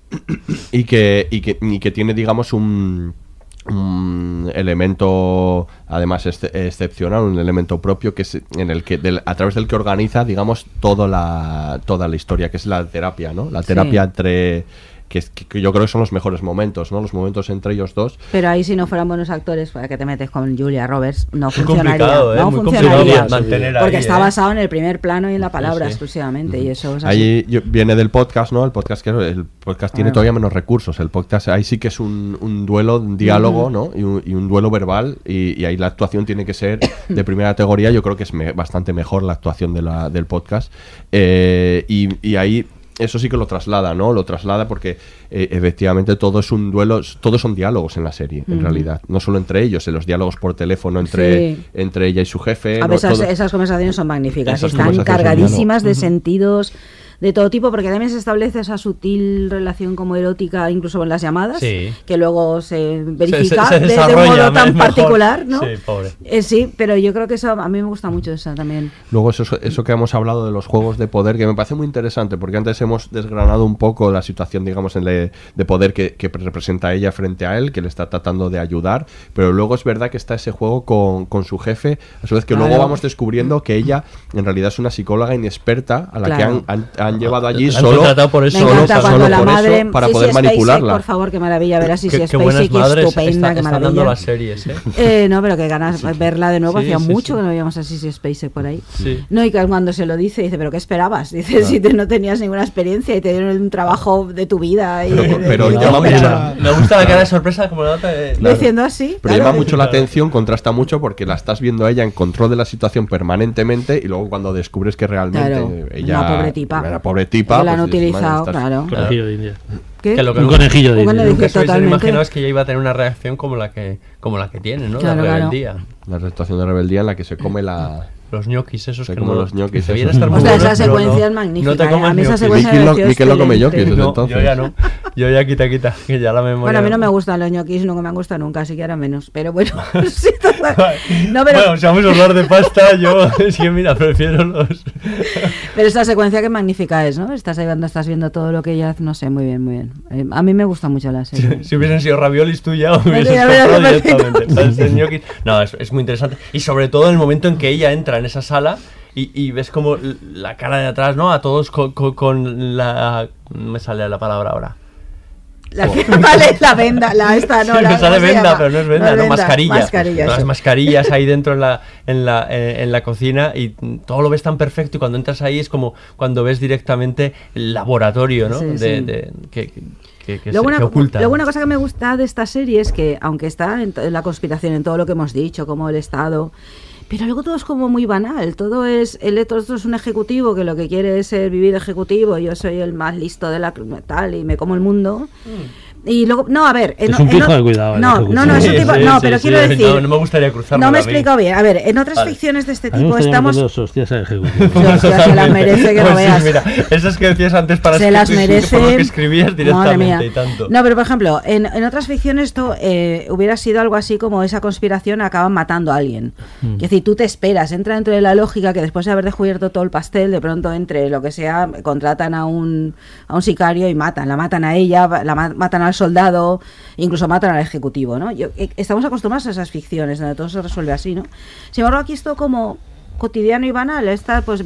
y que tiene, digamos, un elemento además excepcional, un elemento propio que es en el que a través del que organiza, digamos, toda la historia, que es la terapia, ¿no? La terapia entre que yo creo que son los mejores momentos, ¿no? Los momentos entre ellos dos. Pero ahí si no fueran buenos actores, para que te metes con Julia Roberts, no funcionaría. No funcionaría. Porque está basado en el primer plano y en la palabra exclusivamente. Y eso es así. Ahí viene del podcast, ¿no? El podcast tiene todavía menos recursos. El podcast ahí sí que es un duelo, un diálogo, ¿no? Y un duelo verbal. Y ahí la actuación tiene que ser de primera categoría. Yo creo que es bastante mejor la actuación del podcast. Y ahí eso sí que lo traslada, ¿no? Lo traslada porque efectivamente todo es un duelo, todos son diálogos en la serie, en realidad. No solo entre ellos, en los diálogos por teléfono entre ella y su jefe. A veces esas conversaciones son magníficas, están cargadísimas de sentidos de todo tipo, porque también se establece esa sutil relación como erótica, incluso con las llamadas, que luego se verifica de un modo tan particular, ¿no? Sí, pobre. Sí, pero yo creo que eso a mí me gusta mucho eso también. Luego eso que hemos hablado de los juegos de poder, que me parece muy interesante, porque antes hemos desgranado un poco la situación, digamos, de poder que representa ella frente a él, que le está tratando de ayudar, pero luego es verdad que está ese juego con su jefe, a su vez que luego vamos descubriendo que ella en realidad es una psicóloga inexperta a la que ha han llevado allí La han solo, contratado por eso. Me encanta solo cuando la por madre, eso, para Sissy poder Spacek, manipularla. por favor, qué maravilla ver a Sissy Qué buenas Spacek, madres estupenda, qué están maravilla. dando las series, ¿eh? No, pero que ganas verla de nuevo. Sí, Hacía sí, mucho sí. que no veíamos a Sissy Spacek por ahí. Sí. No, y que cuando se lo dice, dice, ¿pero qué esperabas? Dice, Claro. si no tenías ninguna experiencia y te dieron un trabajo de tu vida. Y Pero llama mucho, Me gusta la cara de sorpresa como la nota de... Diciendo así. pero claro. llama mucho la atención, contrasta mucho porque la estás viendo a ella en control de la situación permanentemente y luego cuando descubres que realmente Claro, ella una pobre tipa. era pobre tipa, Que la han pues dices, utilizado, "Madre, estás-". claro. Conejillo de India. ¿Qué? Que lo que Un nunca- conejillo de Un India. conejillo. Nunca se hubiesen Totalmente. imaginado es que ella iba a tener una reacción como la que tiene, ¿no? Claro, la claro. rebeldía. La situación de rebeldía en la que se come Los ñoquis esos Se que come no... los ñoquis debían esos. estar muy O sea, buenos, esa pero secuencia no- es magnífica, No te ¿eh? comes A mí esa ñoquis. secuencia me pareció Miquel no come excelente. ñoquis desde No, entonces. yo ya no. Yo ya quita. Que ya la memoria... Bueno, a mí no me gustan los ñoquis, nunca me han gustado nunca, así que ahora menos. Pero bueno, sí, no, pero, Bueno, si vamos a hablar de pasta, yo... Es que mira, prefiero los... pero esa secuencia que magnífica es, ¿no? Estás ahí cuando estás viendo todo lo que ella hace, no sé, muy bien, muy bien. A mí me gusta mucho la serie. Si hubiesen sido raviolis tú ya hubieses ya hubiera comprado sido directamente. ¿Sabes? El ñoquis. No, es muy interesante. Y sobre todo en el momento en que ella entra en esa sala y ves como la cara de atrás, ¿no? A todos con la... No me sale la palabra ahora. Vale, la venda, esta no, Sí, la, me sale ¿cómo se venda, llama? pero no es venda, no, mascarilla. Mascarilla, Las eso. mascarillas ahí dentro en la cocina y todo lo ves tan perfecto y cuando entras ahí es como cuando ves directamente el laboratorio, ¿no? Sí, que Luego se oculta. luego una cosa que me gusta de esta serie es que, aunque está en la conspiración, en todo lo que hemos dicho, como el Estado, pero luego todo es como muy banal, todo es un ejecutivo que lo que quiere es vivir ejecutivo, yo soy el más listo de la tal y me como el mundo. Y luego, no, a ver, Es un pijo de cuidado. no, es un tipo, no, pero quiero decir, no me gustaría cruzarlo. no me he explicado bien. A ver, en otras ficciones de este A mí me tipo gustaría estamos. meterle dos hostias al ejecutivo. Hostia, se las merece que no Pues sí, veas. mira, esas que decías antes para Se las merece. por lo que escribías Madre directamente mía. y tanto. No, pero por ejemplo, en otras ficciones esto hubiera sido algo así como esa conspiración acaban matando a alguien. Es decir, tú te esperas, entra dentro de la lógica que después de haber descubierto todo el pastel, de pronto entre lo que sea, contratan a un sicario y la matan a ella, matan al soldado, incluso matan al ejecutivo, ¿no? Estamos acostumbrados a esas ficciones donde todo se resuelve así, ¿no? Sin embargo, aquí esto como cotidiano y banal, está pues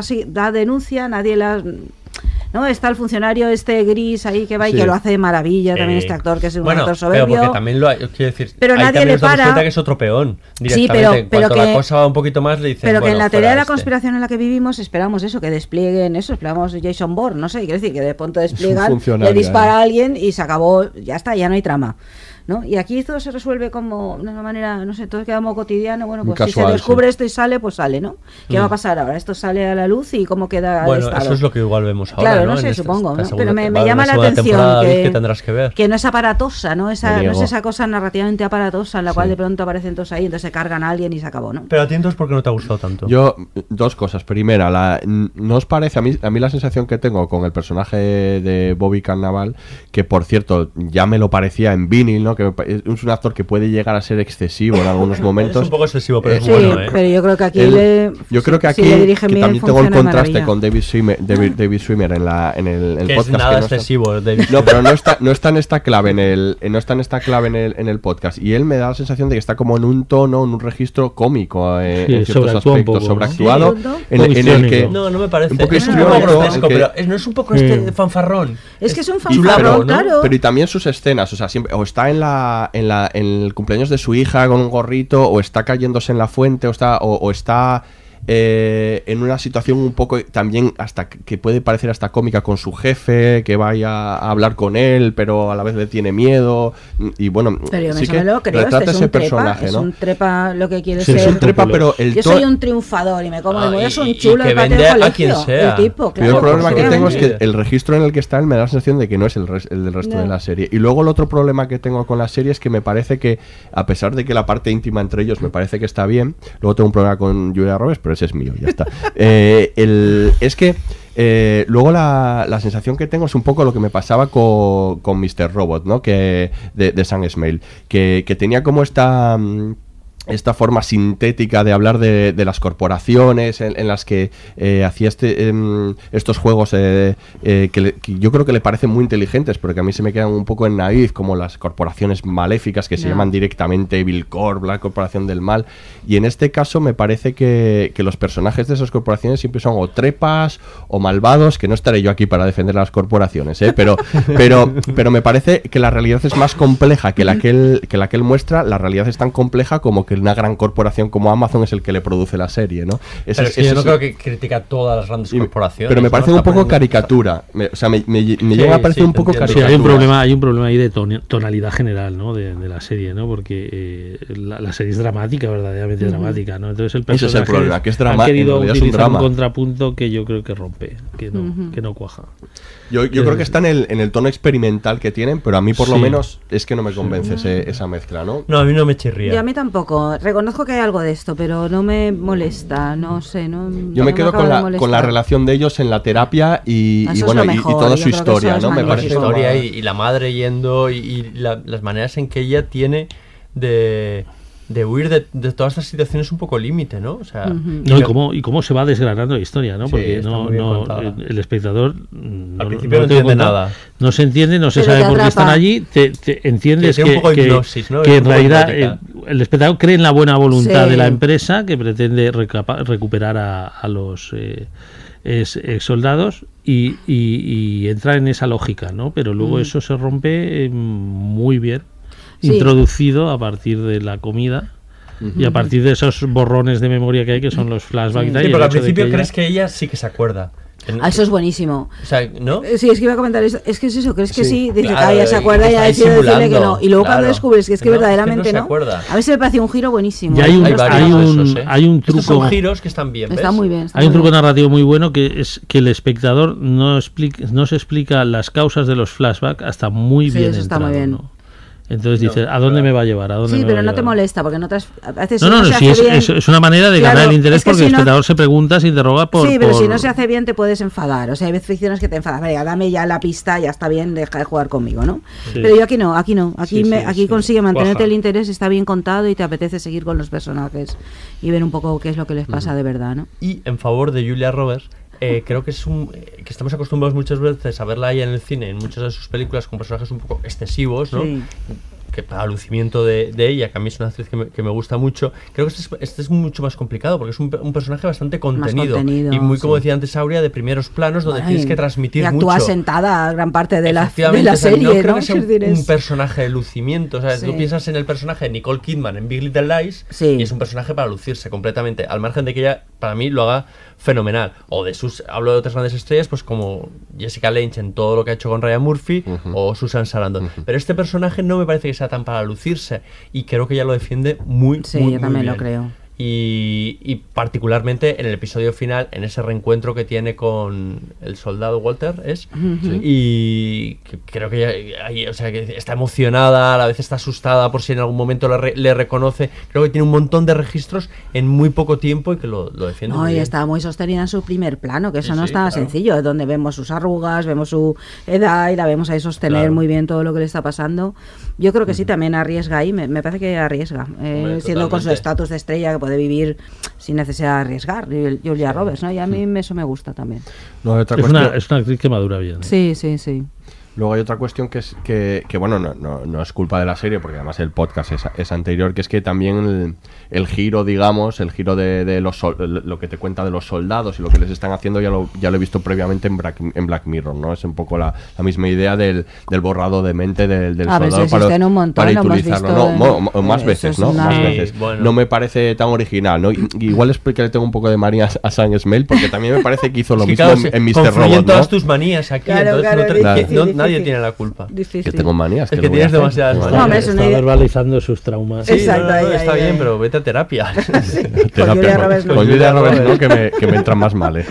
da denuncia, nadie la... ¿no? Está el funcionario gris ahí que va y Sí. que lo hace de maravilla, también este actor que es un actor Pero soberbio. porque también lo hay, quiero decir, Pero ahí nadie también le nos damos para. cuenta que es otro peón Sí, directamente. pero En cuanto que- la cosa va un poquito más le dicen, Pero que bueno, en la teoría de fuera la este. conspiración en la que vivimos esperamos eso, que desplieguen eso, esperamos Jason Bourne, no sé, quiero decir que de pronto despliegan, funcionario, le dispara a alguien y se acabó, ya está, ya no hay trama, ¿no? Y aquí todo se resuelve como de una manera, no sé, todo queda como cotidiano, bueno, Muy pues si se casual, descubre sí. esto y sale, pues sale, ¿no? ¿Qué va a pasar ahora? Esto sale a la luz y cómo queda Bueno, el estado. eso es lo que igual vemos ahora, Claro, ¿no? no sé, En esta- supongo, esta ¿no? segunda Pero me temporada, llama la segunda atención temporada, David, que, que tendrás que ver. que no es aparatosa, ¿no? Me No es niego. esa cosa narrativamente aparatosa en la cual de pronto aparecen todos ahí, entonces se cargan a alguien y se acabó, ¿no? Pero a ti entonces, ¿por qué no te ha gustado tanto? Yo, dos cosas. Primera, ¿no os parece? A mí la sensación que tengo con el personaje de Bobby Cannavale, que por cierto, ya me lo parecía en Vinil, ¿no? Que es un actor que puede llegar a ser excesivo en algunos momentos. Es un poco excesivo, pero es Sí, bueno, ¿eh? pero yo creo que aquí Yo creo que si aquí le dirigen que bien, también tengo el funciona de contraste maravilla. con David Schwimmer en el Que es podcast. nada que no está- excesivo, David. No, pero no está en esta clave en el podcast. Y él me da la sensación de que está como en un tono, en un registro cómico Sí, en ciertos sobreactúa un aspectos, poco, ¿no? sobreactuado, Sí, en el que histriónico. No, no me parece. un poco Es histriónico, grotesco, aunque- pero no es un poco fanfarrón. Es que es un y- fanfarrón, chulado, ¿no? claro. pero y también sus escenas, o sea, siempre o está en el cumpleaños de su hija con un gorrito, o está cayéndose en la fuente, o está en una situación un poco también hasta que puede parecer hasta cómica con su jefe, que vaya a hablar con él, pero a la vez le tiene miedo. Y bueno, Pero yo sí me que lo creo, retrata este es ese un trepa, personaje, es ¿no? un trepa lo que quiere Sí, ser. es un trepa, pero Yo soy un triunfador y me como el es un chulo que el patio vende del a colegio, quien sea. el tipo, Yo claro. el problema que efectivamente. tengo es que el registro en el que está él me da la sensación de que no es el del resto No. de la serie. Y luego el otro problema que tengo con la serie es que me parece que, a pesar de que la parte íntima entre ellos me parece que está bien, luego tengo un problema con Julia Roberts, pero ese es mío, ya está. Es que luego la sensación que tengo es un poco lo que me pasaba con Mr. Robot, ¿no? Que de Sam Esmail, que tenía como esta esta forma sintética de hablar de las corporaciones en las que hacía estos juegos que yo creo que le parecen muy inteligentes, pero que a mí se me quedan un poco en naif, como las corporaciones maléficas que se llaman directamente Evil Corp, la corporación del mal, y en este caso me parece que los personajes de esas corporaciones siempre son o trepas o malvados, que no estaré yo aquí para defender a las corporaciones, pero me parece que la realidad es más compleja que la que él muestra. La realidad es tan compleja como que una gran corporación como Amazon es el que le produce la serie, ¿no? Pero es que yo no creo que critica todas las grandes corporaciones. Pero me parece un poco caricatura. Me llega a parecer un poco caricatura. Sí, hay un problema ahí de tonalidad general, ¿no? de la serie, ¿no? Porque la serie es dramática, verdaderamente dramática, ¿no? Entonces el personaje ese es el problema, que es ha querido utilizar un contrapunto que yo creo que rompe, que no cuaja. Yo creo que está en el tono experimental que tienen, pero a mí por lo menos es que no me convence esa mezcla, ¿no? No, a mí no me chirría. Y a mí tampoco. Reconozco que hay algo de esto, pero no me molesta, no sé. Yo me quedo con la relación de ellos en la terapia y toda su historia, ¿no? Me parece historia y la madre yendo y las maneras en que ella tiene de huir de todas estas situaciones un poco límite, ¿no? O sea, y cómo se va desgranando la historia, ¿no? Porque el espectador al principio no entiende nada. No se entiende, no se sabe por qué están allí. Te entiendes que en realidad el espectador cree en la buena voluntad de la empresa que pretende recuperar a los ex soldados y entra en esa lógica, ¿no? Pero luego eso se rompe muy bien. Introducido a partir de la comida y a partir de esos borrones de memoria que hay, que son los flashbacks. Sí, pero al principio crees que ella sí que se acuerda. Eso es buenísimo. O sea, ¿no? Sí, es que iba a comentar eso. Es que es eso, crees que sí, dice que ella se acuerda y ha decidido decirle que no. Y luego cuando descubres que es que verdaderamente no, a mí se me parece un giro buenísimo. Y hay un truco. Estos son giros que están bien. Está muy bien. Hay un truco narrativo muy bueno que es que el espectador no se explica las causas de los flashbacks hasta muy bien. Eso está muy bien. ¿no? Entonces dices, ¿a dónde me va a llevar? Sí, pero no te molesta, porque no te haces. Es una manera de ganar el interés, porque el espectador se pregunta, se interroga por. Sí, pero si no se hace bien te puedes enfadar. O sea, hay ficciones que te enfadan. Venga, dame ya la pista, ya está bien, deja de jugar conmigo, ¿no? Sí. Pero yo aquí no. Aquí consigue mantenerte el interés, está bien contado y te apetece seguir con los personajes y ver un poco qué es lo que les pasa de verdad, ¿no? Y en favor de Julia Roberts, creo que que estamos acostumbrados muchas veces a verla a ella en el cine, en muchas de sus películas, con personajes un poco excesivos, ¿no? Sí. Que para lucimiento de ella, que a mí es una actriz que me gusta mucho. Creo que este es mucho más complicado, porque es un personaje bastante contenido y muy, como decía antes Aurea, de primeros planos, donde tienes que transmitir mucho. Y actúa sentada gran parte de la serie, no creo que sea un personaje de lucimiento. O sea, tú piensas en el personaje de Nicole Kidman en Big Little Lies y es un personaje para lucirse completamente, al margen de que ella, para mí, lo haga fenomenal. O hablo de otras grandes estrellas, pues como Jessica Lange en todo lo que ha hecho con Ryan Murphy o Susan Sarandon. Pero este personaje no me parece que sea tan para lucirse y creo que ella lo defiende muy bien. Yo también lo creo. Y particularmente en el episodio final, en ese reencuentro que tiene con el soldado Walter, y que creo que ella, o sea, que está emocionada, a la vez está asustada por si en algún momento le reconoce. Creo que tiene un montón de registros en muy poco tiempo y que lo defiende muy bien. Está muy sostenida en su primer plano, que eso no es tan sencillo, donde vemos sus arrugas, vemos su edad y la vemos ahí sostener muy bien todo lo que le está pasando. Yo creo que sí, también arriesga ahí, me parece que arriesga, siendo con su estatus de estrella que puede vivir sin necesidad de arriesgar, Julia Roberts, ¿no? Y a mí eso me gusta también. No, es una actriz que madura bien. Sí. Luego hay otra cuestión que bueno, no es culpa de la serie, porque además el podcast es anterior, que es que también el giro, digamos, el giro de lo que te cuenta de los soldados y lo que les están haciendo ya lo he visto previamente en Black Mirror, ¿no? Es un poco la misma idea del borrado de mente del soldado para utilizarlo. Más veces, ¿no? Más veces. Bueno. No me parece tan original, ¿no? Igual es porque le tengo un poco de manía a Sam Smell, porque también me parece que hizo lo mismo en Mr. Robot, ¿no? Todas tus manías aquí, nadie tiene la culpa. Difícil. Que tengo manías. Es que tienes demasiadas manías. Está verbalizando sus traumas. Sí, está bien, pero vete a terapia. Con Julia Roberts no, que me entran más mal.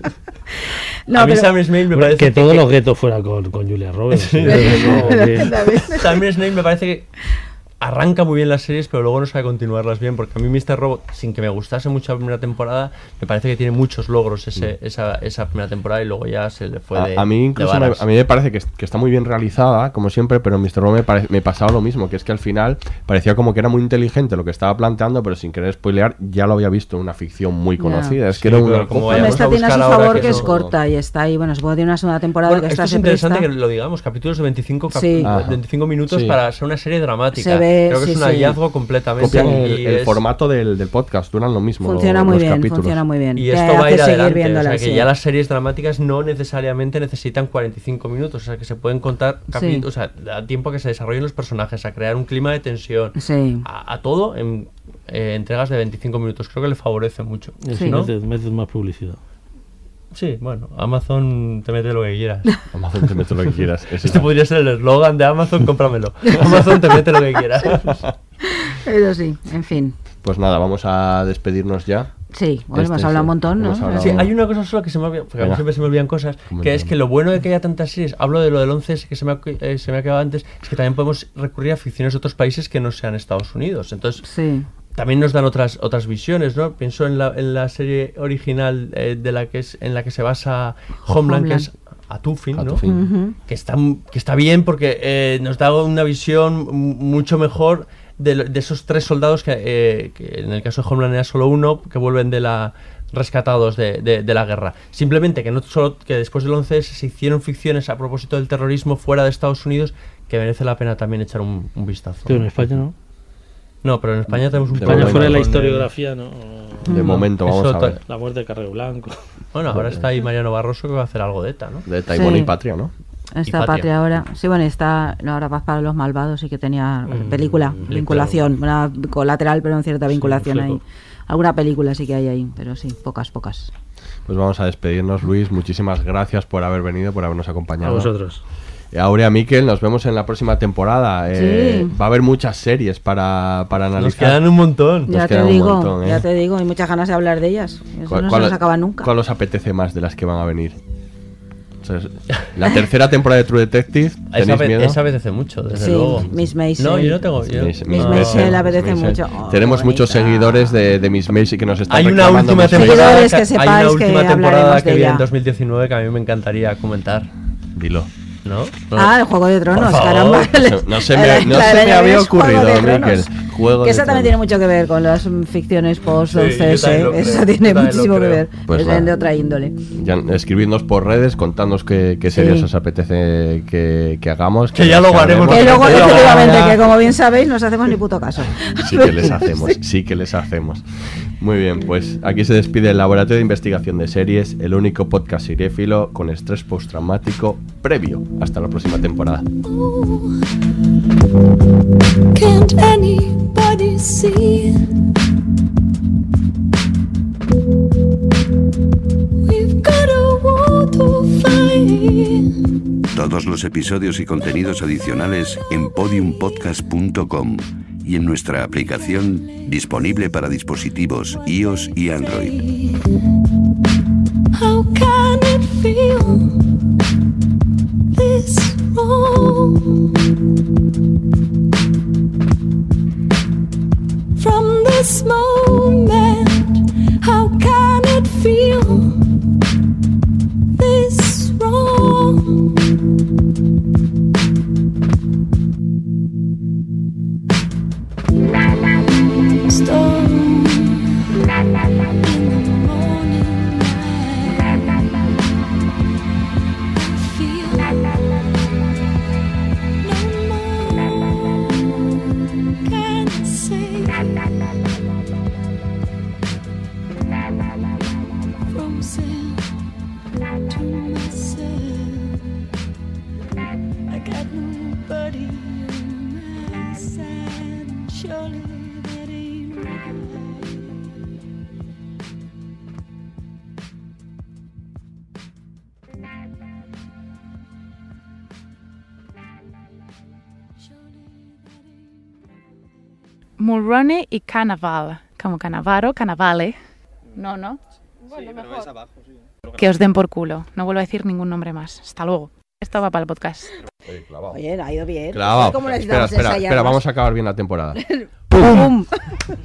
A mí Sam Smith me parece que todos los guetos fueran con Julia Roberts. Sam Smith me parece arranca muy bien las series, pero luego no sabe continuarlas bien, porque a mí Mr. Robot, sin que me gustase mucho la primera temporada, me parece que tiene muchos logros esa primera temporada y luego ya se le fue a mí incluso a mí me parece que está muy bien realizada, como siempre, pero en Mr. Robot me pasaba lo mismo, que es que al final parecía como que era muy inteligente lo que estaba planteando, pero sin querer spoilear, ya lo había visto en una ficción muy conocida. Es que era una... Esta tiene a su favor que es corta y está ahí, bueno, supongo que tiene una segunda temporada que está es interesante que lo digamos, capítulos de 25 minutos para ser una serie dramática. Creo que es un hallazgo completamente. Copian el formato del podcast, duran lo mismo. Funciona muy bien. Y esto va a ir adelante. O sea, que ya las series dramáticas no necesariamente necesitan 45 minutos. O sea, que se pueden contar capítulos. O sea, da tiempo a que se desarrollen los personajes, a crear un clima de tensión. A todo en entregas de 25 minutos. Creo que le favorece mucho. ¿no? Metes más publicidad. Sí, bueno, Amazon te mete lo que quieras. Amazon te mete lo que quieras. Este podría ser el eslogan de Amazon, cómpramelo. Amazon te mete lo que quieras. Eso sí, en fin. Pues nada, vamos a despedirnos ya. Sí, bueno, hemos hablado un montón, ¿no? Sí, hay una cosa sola que se me olvida, porque a mí siempre se me olvidan cosas, que es que lo bueno de que haya tantas series, hablo de lo del 11 que se me ha quedado antes, es que también podemos recurrir a ficciones de otros países que no sean Estados Unidos. Entonces... también nos dan otras visiones, ¿no? Pienso en la serie original en la que se basa Homeland, que es Atufin, ¿no? Que está bien porque nos da una visión mucho mejor de esos 3 soldados que en el caso de Homeland era solo uno, que vuelven rescatados de la guerra. Simplemente que no solo que después del 11 se hicieron ficciones a propósito del terrorismo fuera de Estados Unidos, que merece la pena también echar un vistazo. Pero en España no. No, pero en España tenemos un España fuera de la historiografía, ¿no? De momento, vamos a ver. La muerte de Carrero Blanco. Bueno, ahora está ahí Mariano Barroso que va a hacer algo de ETA, ¿no? De ETA y bueno, y Patria, ¿no? Está Patria ahora. Sí, bueno, está ahora vas para los malvados y que tenía película, vinculación, una colateral, pero en cierta vinculación ahí. Alguna película sí que hay ahí, pero sí, pocas. Pues vamos a despedirnos, Luis. Muchísimas gracias por haber venido, por habernos acompañado. A vosotros. Aurea, Miquel, nos vemos en la próxima temporada. Va a haber muchas series para analizar. Nos quedan un montón. Ya te digo, hay muchas ganas de hablar de ellas. Eso no se nos acaba nunca. ¿Cuál os apetece más de las que van a venir? La tercera temporada de True Detective, ¿tenéis miedo? Esa apetece mucho, desde luego. Miss Maisel. No, yo no tengo. Miss Maisel apetece mucho. Tenemos muchos seguidores de Miss Maisel que nos están reclamando. Hay una última temporada que viene en 2019 que a mí me encantaría comentar. Dilo. ¿No? El Juego de Tronos, caramba. No se me había ocurrido, Miquel. Que esa también tiene mucho que ver con las ficciones post-11S. Eso tiene muchísimo que ver. Pues es de otra índole. Ya, escribidnos por redes, contadnos qué series os apetece que hagamos. Que ya lo haremos. Que luego, efectivamente, que como bien sabéis, no os hacemos ni puto caso. Sí que les hacemos. Muy bien, pues aquí se despide el Laboratorio de Investigación de Series, el único podcast seriéfilo con estrés postraumático previo. Hasta la próxima temporada. Can't anybody see? We've got a war to fight. Todos los episodios y contenidos adicionales en podiumpodcast.com y en nuestra aplicación disponible para dispositivos iOS y Android. How can it feel this wrong? From this moment, how can it feel this wrong? Storm in the morning light. I feel no more can I say. Frozen to myself. I got nobody on my side. Surely that ain't right. Mulroney y Cannavale, como Cannavaro, Cannavale. No. Bueno, mejor. Que os den por culo. No vuelvo a decir ningún nombre más. Hasta luego. Esto va para el podcast. Oye, ha ido bien. Clavado. ¿Cómo necesitamos Espera, ensayar más? vamos a acabar bien la temporada. ¡Pum!